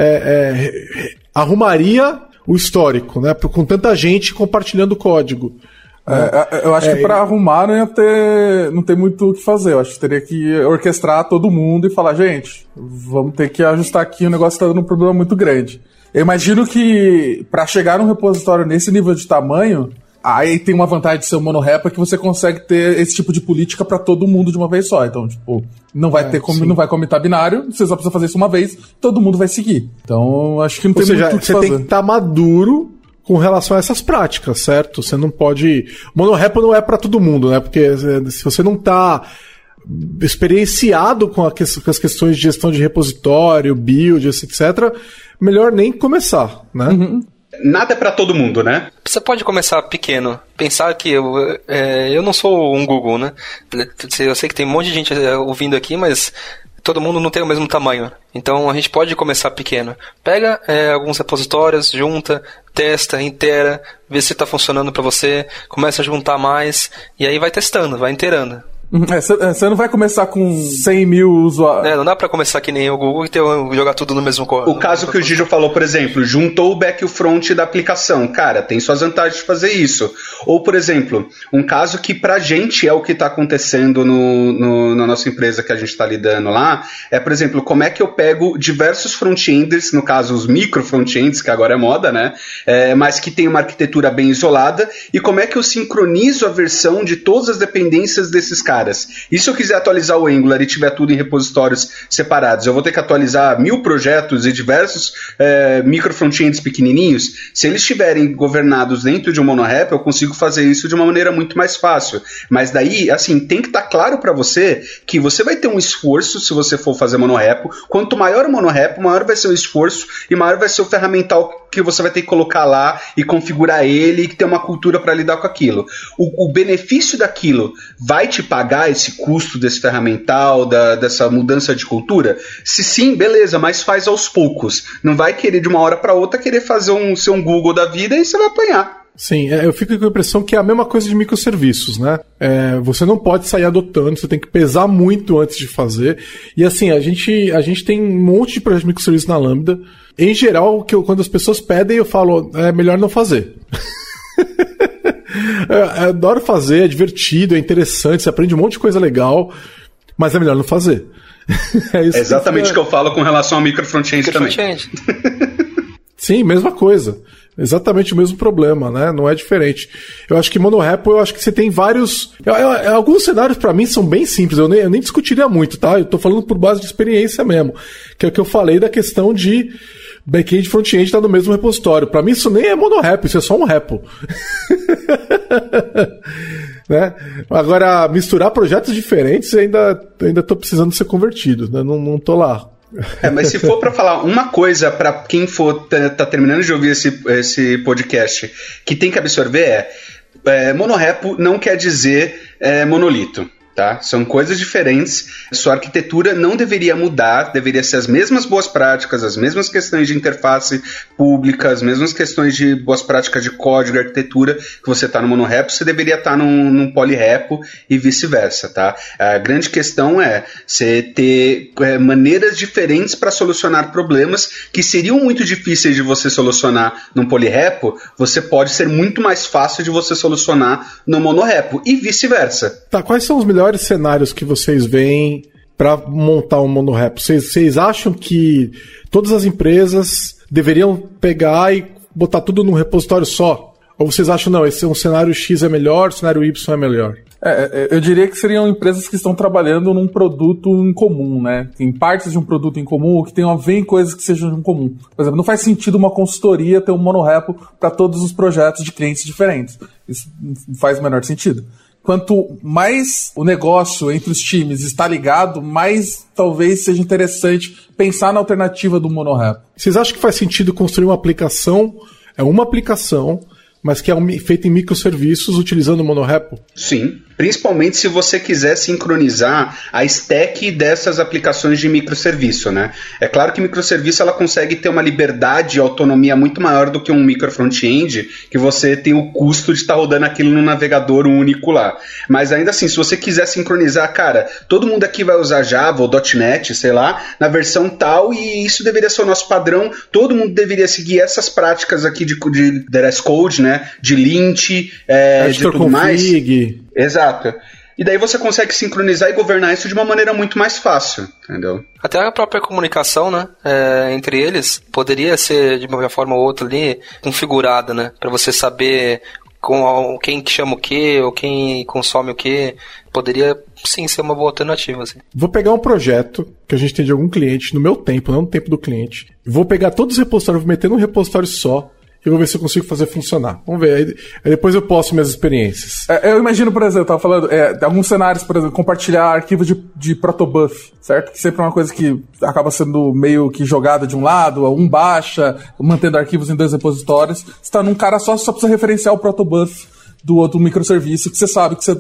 arrumaria o histórico, né? Com tanta gente compartilhando o código. Eu acho que para arrumar não tem muito o que fazer. Eu acho que teria que orquestrar todo mundo e falar, gente, vamos ter que ajustar aqui, o negócio está dando um problema muito grande. Eu imagino que para chegar num repositório nesse nível de tamanho, aí tem uma vantagem de ser um monorepo, é que você consegue ter esse tipo de política pra todo mundo de uma vez só. Então, não vai não vai comitar binário, você só precisa fazer isso uma vez, todo mundo vai seguir. Então, acho que não tem muito o que fazer. Você tem que estar maduro com relação a essas práticas, certo? Você não pode... Monorepo não é pra todo mundo, né? Porque se você não tá experienciado com as questões de gestão de repositório, build, etc., melhor nem começar, né? Uhum. Nada é pra todo mundo, né? Você pode começar pequeno. Pensar que eu não sou um Google, né? Eu sei que tem um monte de gente ouvindo aqui, mas todo mundo não tem o mesmo tamanho. Então a gente pode começar pequeno. Pega alguns repositórios, junta, testa, inteira, vê se está funcionando para você, começa a juntar mais, e aí vai testando, vai inteirando. Você não vai começar com 100 mil usuários. Não dá pra começar que nem o Google e jogar tudo no mesmo código. O caso que o Gijo falou, por exemplo, juntou o back e o front da aplicação. Cara, tem suas vantagens de fazer isso. Ou, por exemplo, um caso que pra gente é o que tá acontecendo na nossa empresa que a gente tá lidando lá, por exemplo, como é que eu pego diversos front-enders, no caso os micro front-ends, que agora é moda, né? Mas que tem uma arquitetura bem isolada, e como é que eu sincronizo a versão de todas as dependências desses caras caras. E se eu quiser atualizar o Angular e tiver tudo em repositórios separados, eu vou ter que atualizar 1000 projetos e diversos micro frontends pequenininhos? Se eles estiverem governados dentro de um monorepo, eu consigo fazer isso de uma maneira muito mais fácil. Mas daí, assim, tem que estar claro para você que você vai ter um esforço se você for fazer monorepo. Quanto maior o monorepo, maior vai ser o esforço e maior vai ser o ferramental que você vai ter que colocar lá e configurar ele e ter uma cultura para lidar com aquilo. O benefício daquilo vai te pagar esse custo desse ferramental, dessa mudança de cultura? Se sim, beleza, mas faz aos poucos. Não vai querer de uma hora para outra querer fazer ser um Google da vida e você vai apanhar. Sim, eu fico com a impressão que é a mesma coisa de microserviços, né? Você não pode sair adotando, você tem que pesar muito antes de fazer. E assim, a gente tem um monte de projetos de microserviços na Lambda. Em geral, quando as pessoas pedem, eu falo, é melhor não fazer. Eu adoro fazer, é divertido, é interessante, você aprende um monte de coisa legal, mas é melhor não fazer. É exatamente o que eu falo com relação ao micro front-end também. Sim, mesma coisa. Exatamente o mesmo problema, né? Não é diferente. Eu acho que monorepo, eu acho que você tem vários... Alguns cenários pra mim são bem simples, eu nem discutiria muito, tá? Eu tô falando por base de experiência mesmo. Que é o que eu falei da questão de back-end e front-end tá no mesmo repositório. Pra mim isso nem é monorepo, isso é só um repo. Né? Agora, misturar projetos diferentes ainda tô precisando ser convertido, né? Não tô lá. Mas se for para falar uma coisa para quem for tá terminando de ouvir esse podcast que tem que absorver monorepo não quer dizer monolito. Tá? São coisas diferentes, sua arquitetura não deveria mudar, deveria ser as mesmas boas práticas, as mesmas questões de interface pública, as mesmas questões de boas práticas de código e arquitetura que você está no monorepo, você deveria estar num polyrepo e vice-versa. Tá? A grande questão é você ter maneiras diferentes para solucionar problemas que seriam muito difíceis de você solucionar num polyrepo, você pode ser muito mais fácil de você solucionar no monorepo e vice-versa. Tá, quais são os melhores cenários que vocês veem para montar um monorepo? Vocês acham que todas as empresas deveriam pegar e botar tudo num repositório só? Ou vocês acham, não, esse é um cenário X é melhor, o cenário Y é melhor? Eu diria que seriam empresas que estão trabalhando num produto em comum, né? Em partes de um produto em comum, ou que tenham a ver em coisas que sejam em comum. Por exemplo, não faz sentido uma consultoria ter um monorepo para todos os projetos de clientes diferentes. Isso não faz o menor sentido. Quanto mais o negócio entre os times está ligado, mais talvez seja interessante pensar na alternativa do monorepo. Vocês acham que faz sentido construir uma aplicação, mas que é feita em microserviços utilizando o monorepo? Sim, principalmente se você quiser sincronizar a stack dessas aplicações de microserviço, né? É claro que microserviço ela consegue ter uma liberdade e autonomia muito maior do que um micro front-end, que você tem o custo de estar rodando aquilo no navegador único lá. Mas ainda assim, se você quiser sincronizar, cara, todo mundo aqui vai usar Java ou .NET, sei lá, na versão tal, e isso deveria ser o nosso padrão, todo mundo deveria seguir essas práticas aqui de dress code, né? De lint, de tudo mais. Exato. E daí você consegue sincronizar e governar isso de uma maneira muito mais fácil, entendeu? Até a própria comunicação, né, entre eles, poderia ser de uma forma ou outra ali configurada, né, para você saber com quem chama o quê, ou quem consome o quê. Poderia, sim, ser uma boa alternativa. Assim. Vou pegar um projeto que a gente tem de algum cliente, no meu tempo, não no tempo do cliente. Vou pegar todos os repositórios, vou meter num repositório só, e vou ver se eu consigo fazer funcionar. Vamos ver, aí depois eu posto minhas experiências. Eu imagino, por exemplo, eu tava falando, alguns cenários, por exemplo, compartilhar arquivos de protobuf, certo? Que sempre é uma coisa que acaba sendo meio que jogada de um lado, um baixa, mantendo arquivos em 2 repositórios. Você tá num cara só precisa referenciar o protobuf do outro microserviço que você sabe que você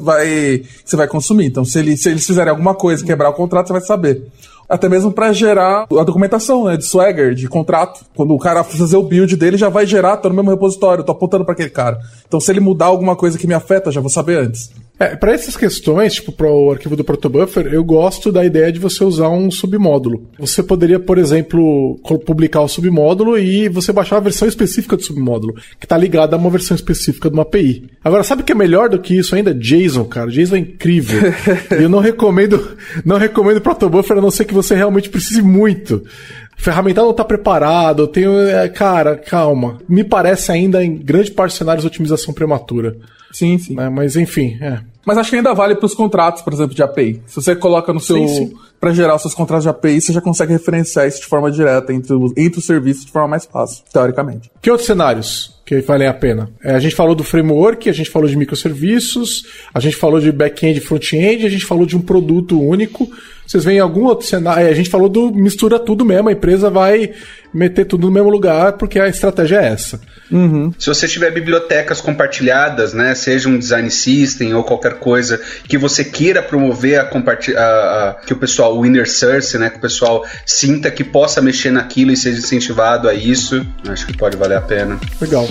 vai consumir. Então, se eles fizerem alguma coisa, quebrar o contrato, você vai saber. Até mesmo para gerar a documentação, né, de Swagger, de contrato. Quando o cara fazer o build dele, já vai gerar, tá no mesmo repositório, tô apontando para aquele cara. Então, se ele mudar alguma coisa que me afeta, já vou saber antes. Para essas questões, tipo para o arquivo do protobuffer, eu gosto da ideia de você usar um submódulo. Você poderia, por exemplo, publicar o submódulo e você baixar a versão específica do submódulo, que está ligada a uma versão específica de uma API. Agora, sabe o que é melhor do que isso ainda? JSON, cara. JSON é incrível. E eu não recomendo protobuffer, a não ser que você realmente precise muito. O ferramental não está preparado, cara, calma. Me parece ainda, em grande parte dos cenários, otimização prematura. Sim, sim. Mas enfim, Mas acho que ainda vale para os contratos, por exemplo, de API. Se você coloca no seu... Para gerar os seus contratos de API, você já consegue referenciar isso de forma direta entre os serviços de forma mais fácil, teoricamente. Que outros cenários que valem a pena? A gente falou do framework, a gente falou de microserviços, a gente falou de back-end e front-end, a gente falou de um produto único. Vocês veem algum outro cenário? A gente falou do mistura tudo mesmo, a empresa vai meter tudo no mesmo lugar porque a estratégia é essa. Se você tiver bibliotecas compartilhadas, né, seja um design system ou qualquer coisa que você queira promover que o pessoal, o inner source, né, que o pessoal sinta que possa mexer naquilo e seja incentivado a isso, acho que pode valer a pena. Legal.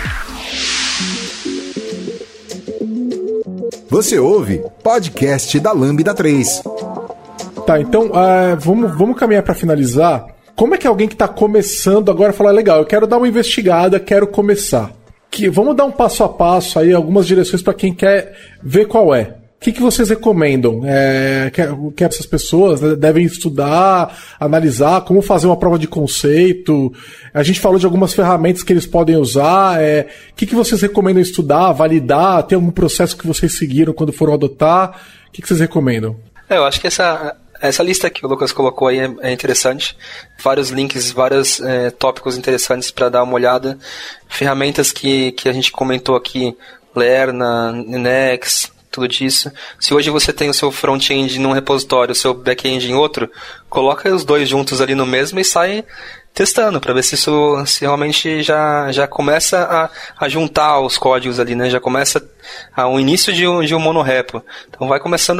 Você ouve podcast da Lambda 3. Tá, então vamos caminhar para finalizar. Como é que alguém que está começando agora fala, legal, eu quero dar uma investigada, quero começar. Vamos dar um passo a passo aí, algumas direções para quem quer ver qual é. O que vocês recomendam? Que essas pessoas devem estudar, analisar, como fazer uma prova de conceito? A gente falou de algumas ferramentas que eles podem usar. O que vocês recomendam estudar, validar? Tem algum processo que vocês seguiram quando foram adotar? O que vocês recomendam? Eu acho que essa lista que o Lucas colocou aí é interessante. Vários links, vários tópicos interessantes para dar uma olhada. Ferramentas que a gente comentou aqui, Lerna, Nex, tudo disso. Se hoje você tem o seu front-end num repositório, o seu back-end em outro, coloca os dois juntos ali no mesmo e sai testando, para ver se isso realmente já começa a juntar os códigos ali, né? Já começa o início de um monorepo. Então vai começando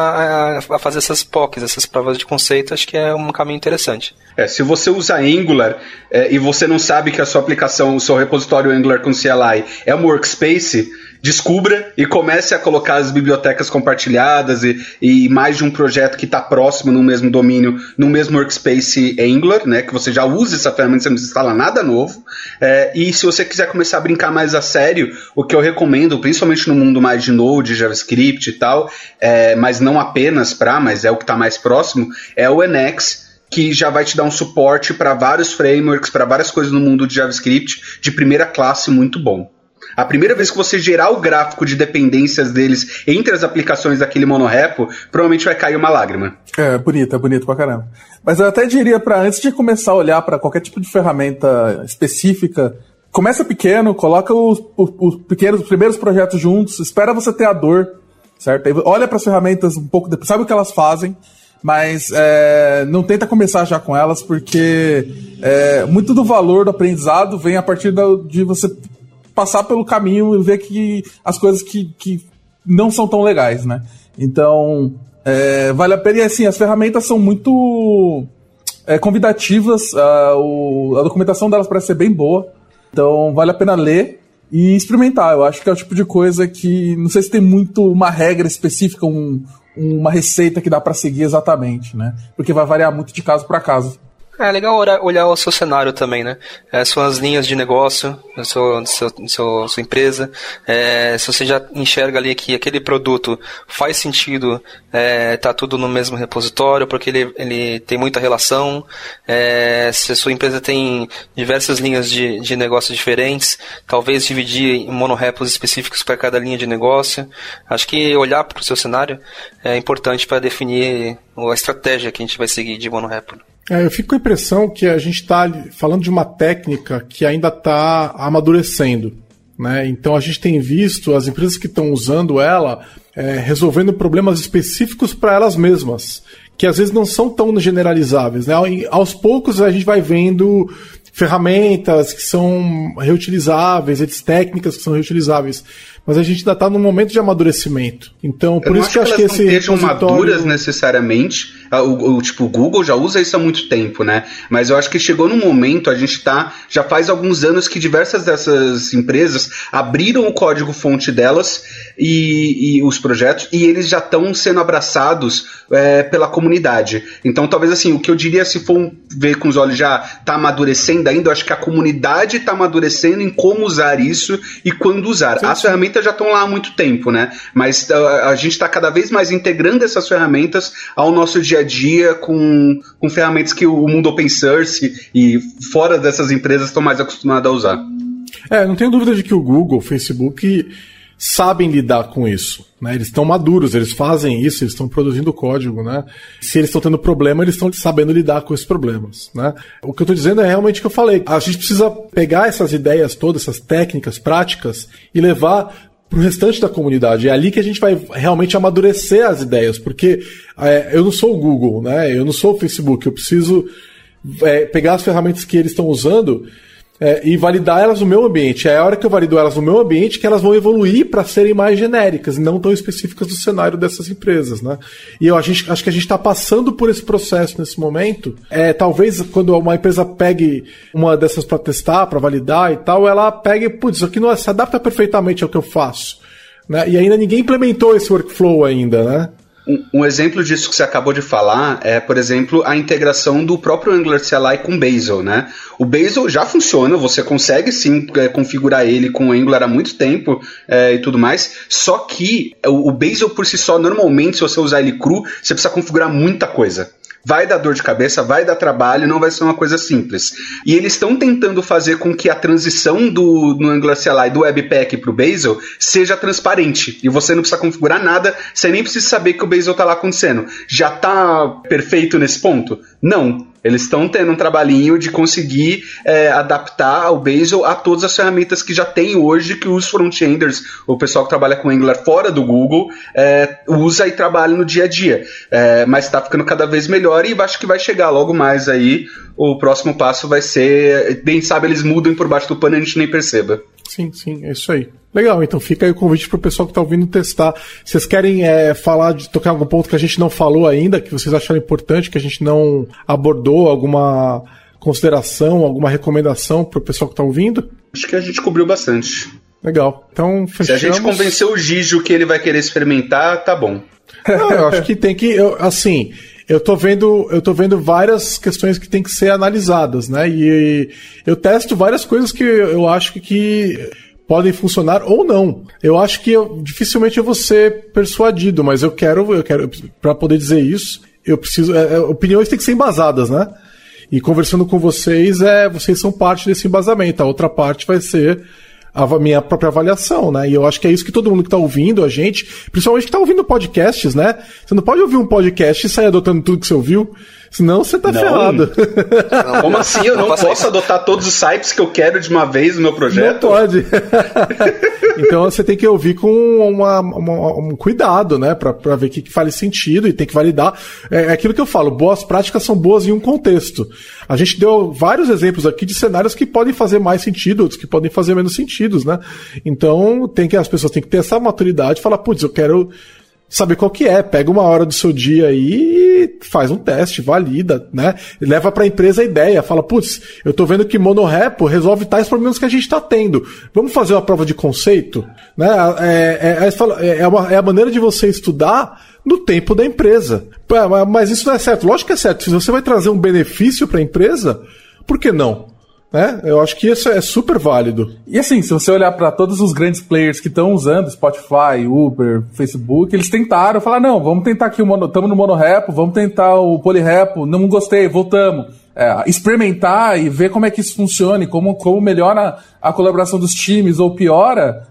a fazer essas POCs, essas provas de conceito, acho que é um caminho interessante. Se você usa Angular e você não sabe que a sua aplicação, o seu repositório Angular com CLI é um workspace, descubra e comece a colocar as bibliotecas compartilhadas e mais de um projeto que está próximo no mesmo domínio, no mesmo workspace Angular, né, que você já usa essa ferramenta, você não precisa instalar nada novo. E se você quiser começar a brincar mais a sério, o que eu recomendo, principalmente no mundo mais de Node, JavaScript e tal, mas não apenas mas é o que está mais próximo, é o NX, que já vai te dar um suporte para vários frameworks, para várias coisas no mundo de JavaScript de primeira classe muito bom. A primeira vez que você gerar o gráfico de dependências deles entre as aplicações daquele monorepo, provavelmente vai cair uma lágrima. Bonito pra caramba. Mas eu até diria antes de começar a olhar para qualquer tipo de ferramenta específica, começa pequeno, coloca os primeiros projetos juntos, espera você ter a dor, certo? Aí olha para as ferramentas um pouco, sabe o que elas fazem, mas não tenta começar já com elas, porque muito do valor do aprendizado vem a partir de você passar pelo caminho e ver que as coisas que não são tão legais, né? Então, vale a pena. E assim, as ferramentas são muito convidativas, a documentação delas parece ser bem boa, então vale a pena ler e experimentar. Eu acho que é o tipo de coisa que, não sei se tem muito uma regra específica, uma receita que dá para seguir exatamente, né? Porque vai variar muito de caso para caso. É legal olhar o seu cenário também, né? Suas linhas de negócio, sua empresa. Se você já enxerga ali que aquele produto faz sentido, tá tudo no mesmo repositório, porque ele tem muita relação. Se a sua empresa tem diversas linhas de negócio diferentes, talvez dividir em monorepos específicos para cada linha de negócio. Acho que olhar para o seu cenário é importante para definir a estratégia que a gente vai seguir de monorepo. Eu fico com a impressão que a gente está falando de uma técnica que ainda está amadurecendo, né? Então a gente tem visto as empresas que estão usando ela resolvendo problemas específicos para elas mesmas, que às vezes não são tão generalizáveis, né? Aos poucos a gente vai vendo ferramentas que são reutilizáveis, técnicas que são reutilizáveis, mas a gente ainda está num momento de amadurecimento. Então, por isso que eu acho que esse repositório... não sejam maduras necessariamente. O Google já usa isso há muito tempo, né? Mas eu acho que chegou num momento, a gente já faz alguns anos que diversas dessas empresas abriram o código-fonte delas e os projetos, e eles já estão sendo abraçados pela comunidade. Então, talvez assim, o que eu diria, se for ver com os olhos já está amadurecendo ainda, eu acho que a comunidade está amadurecendo em como usar isso e quando usar. Sim. As ferramentas já estão lá há muito tempo, né? Mas a gente está cada vez mais integrando essas ferramentas ao nosso dia a dia com ferramentas que o mundo open source e fora dessas empresas estão mais acostumados a usar. Não tenho dúvida de que o Google, o Facebook sabem lidar com isso, né? Eles estão maduros, eles fazem isso, eles estão produzindo código, né? Se eles estão tendo problema, eles estão sabendo lidar com esses problemas, né? O que eu estou dizendo é realmente o que eu falei. A gente precisa pegar essas ideias todas, essas técnicas, práticas, e levar para o restante da comunidade. É ali que a gente vai realmente amadurecer as ideias, porque eu não sou o Google, né? Eu não sou o Facebook, eu preciso pegar as ferramentas que eles estão usando e validar elas no meu ambiente. É a hora que eu valido elas no meu ambiente que elas vão evoluir para serem mais genéricas e não tão específicas do cenário dessas empresas, né? E acho que a gente está passando por esse processo nesse momento. Talvez quando uma empresa pegue uma dessas para testar, para validar e tal, ela pegue, putz, isso aqui não se adapta perfeitamente ao que eu faço, né? E ainda ninguém implementou esse workflow ainda, né? Um exemplo disso que você acabou de falar é, por exemplo, a integração do próprio Angular CLI com o Bazel, né? O Bazel já funciona, você consegue sim configurar ele com o Angular há muito tempo e tudo mais, só que o Bazel por si só, normalmente, se você usar ele cru, você precisa configurar muita coisa. Vai dar dor de cabeça, vai dar trabalho, não vai ser uma coisa simples. E eles estão tentando fazer com que a transição no Angular CLI do Webpack para o Bazel seja transparente. E você não precisa configurar nada, você nem precisa saber que o Bazel está lá acontecendo. Já está perfeito nesse ponto? Não. Eles estão tendo um trabalhinho de conseguir adaptar o Bazel a todas as ferramentas que já tem hoje, que os front-enders, o pessoal que trabalha com Angular fora do Google, usa e trabalha no dia a dia. Mas está ficando cada vez melhor e acho que vai chegar logo mais aí. O próximo passo vai ser, quem sabe eles mudam por baixo do pano e a gente nem perceba. Sim, é isso aí. Legal, então fica aí o convite para o pessoal que está ouvindo testar. Vocês querem tocar algum ponto que a gente não falou ainda, que vocês acharam importante, que a gente não abordou, alguma consideração, alguma recomendação para o pessoal que está ouvindo? Acho que a gente cobriu bastante. Legal, então fechamos. Se a gente convencer o Gigio que ele vai querer experimentar, tá bom. Não, eu acho que tem que... Eu tô vendo várias questões que tem que ser analisadas, né? E eu testo várias coisas que eu acho que podem funcionar ou não. Eu acho que dificilmente eu vou ser persuadido, mas eu quero para poder dizer isso, eu preciso... opiniões têm que ser embasadas, né? E conversando com vocês, vocês são parte desse embasamento. A outra parte vai ser a minha própria avaliação, né? E eu acho que é isso que todo mundo que tá ouvindo a gente, principalmente que tá ouvindo podcasts, né? Você não pode ouvir um podcast e sair adotando tudo que você ouviu, senão você tá ferrado. Não, como assim? Eu não posso adotar todos os sites que eu quero de uma vez no meu projeto? Não pode. Então você tem que ouvir com um cuidado, né? Pra ver o que faz sentido e tem que validar. É aquilo que eu falo, boas práticas são boas em um contexto. A gente deu vários exemplos aqui de cenários que podem fazer mais sentido, outros que podem fazer menos sentido, né? Então as pessoas têm que ter essa maturidade e falar, putz, eu quero saber qual que é, pega uma hora do seu dia aí e faz um teste, valida, né? Leva pra empresa a ideia, fala, putz, eu tô vendo que monorepo resolve tais problemas que a gente tá tendo. Vamos fazer uma prova de conceito? Né? É a maneira de você estudar no tempo da empresa. Mas isso não é certo. Lógico que é certo. Se você vai trazer um benefício pra empresa, por que não? Eu acho que isso é super válido. E assim, se você olhar para todos os grandes players que estão usando Spotify, Uber, Facebook, eles tentaram falar, não, vamos tentar aqui estamos no monorepo, vamos tentar o polyrepo, não gostei, voltamos. Experimentar e ver como é que isso funciona e como melhora a colaboração dos times ou piora,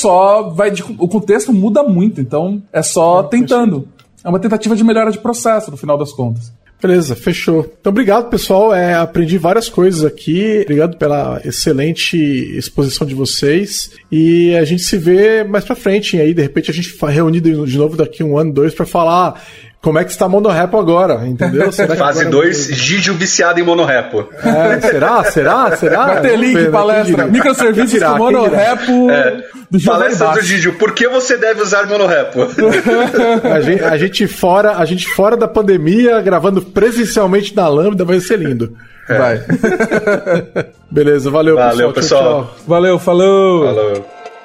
o contexto muda muito, então é só tentando. É uma tentativa de melhora de processo, no final das contas. Beleza, fechou. Então, obrigado, pessoal. Aprendi várias coisas aqui. Obrigado pela excelente exposição de vocês. E a gente se vê mais pra frente. E aí, de repente, a gente reunir de novo daqui 1 ano, 2, pra falar como é que está monorepo agora, entendeu? Fase 2, Gigio viciado em monorepo. Será? Vai ter link, palestra. Microserviços com monorepo. Palestra do Gigio. Por que você deve usar monorepo? a gente fora da pandemia, gravando presencialmente na Lambda, vai ser lindo. Vai. Beleza, valeu pessoal. Tchau. Valeu, falou.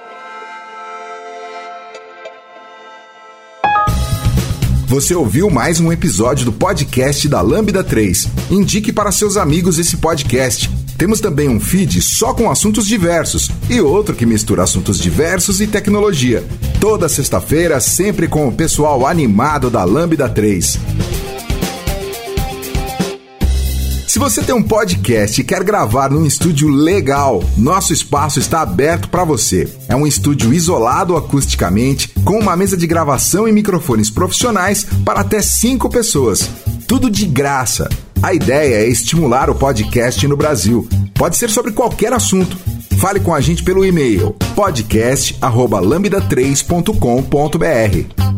Você ouviu mais um episódio do podcast da Lambda 3. Indique para seus amigos esse podcast. Temos também um feed só com assuntos diversos e outro que mistura assuntos diversos e tecnologia. Toda sexta-feira, sempre com o pessoal animado da Lambda 3. Se você tem um podcast e quer gravar num estúdio legal, nosso espaço está aberto para você. É um estúdio isolado acusticamente, com uma mesa de gravação e microfones profissionais para até 5 pessoas. Tudo de graça. A ideia é estimular o podcast no Brasil. Pode ser sobre qualquer assunto. Fale com a gente pelo e-mail podcast@lambda3.com.br.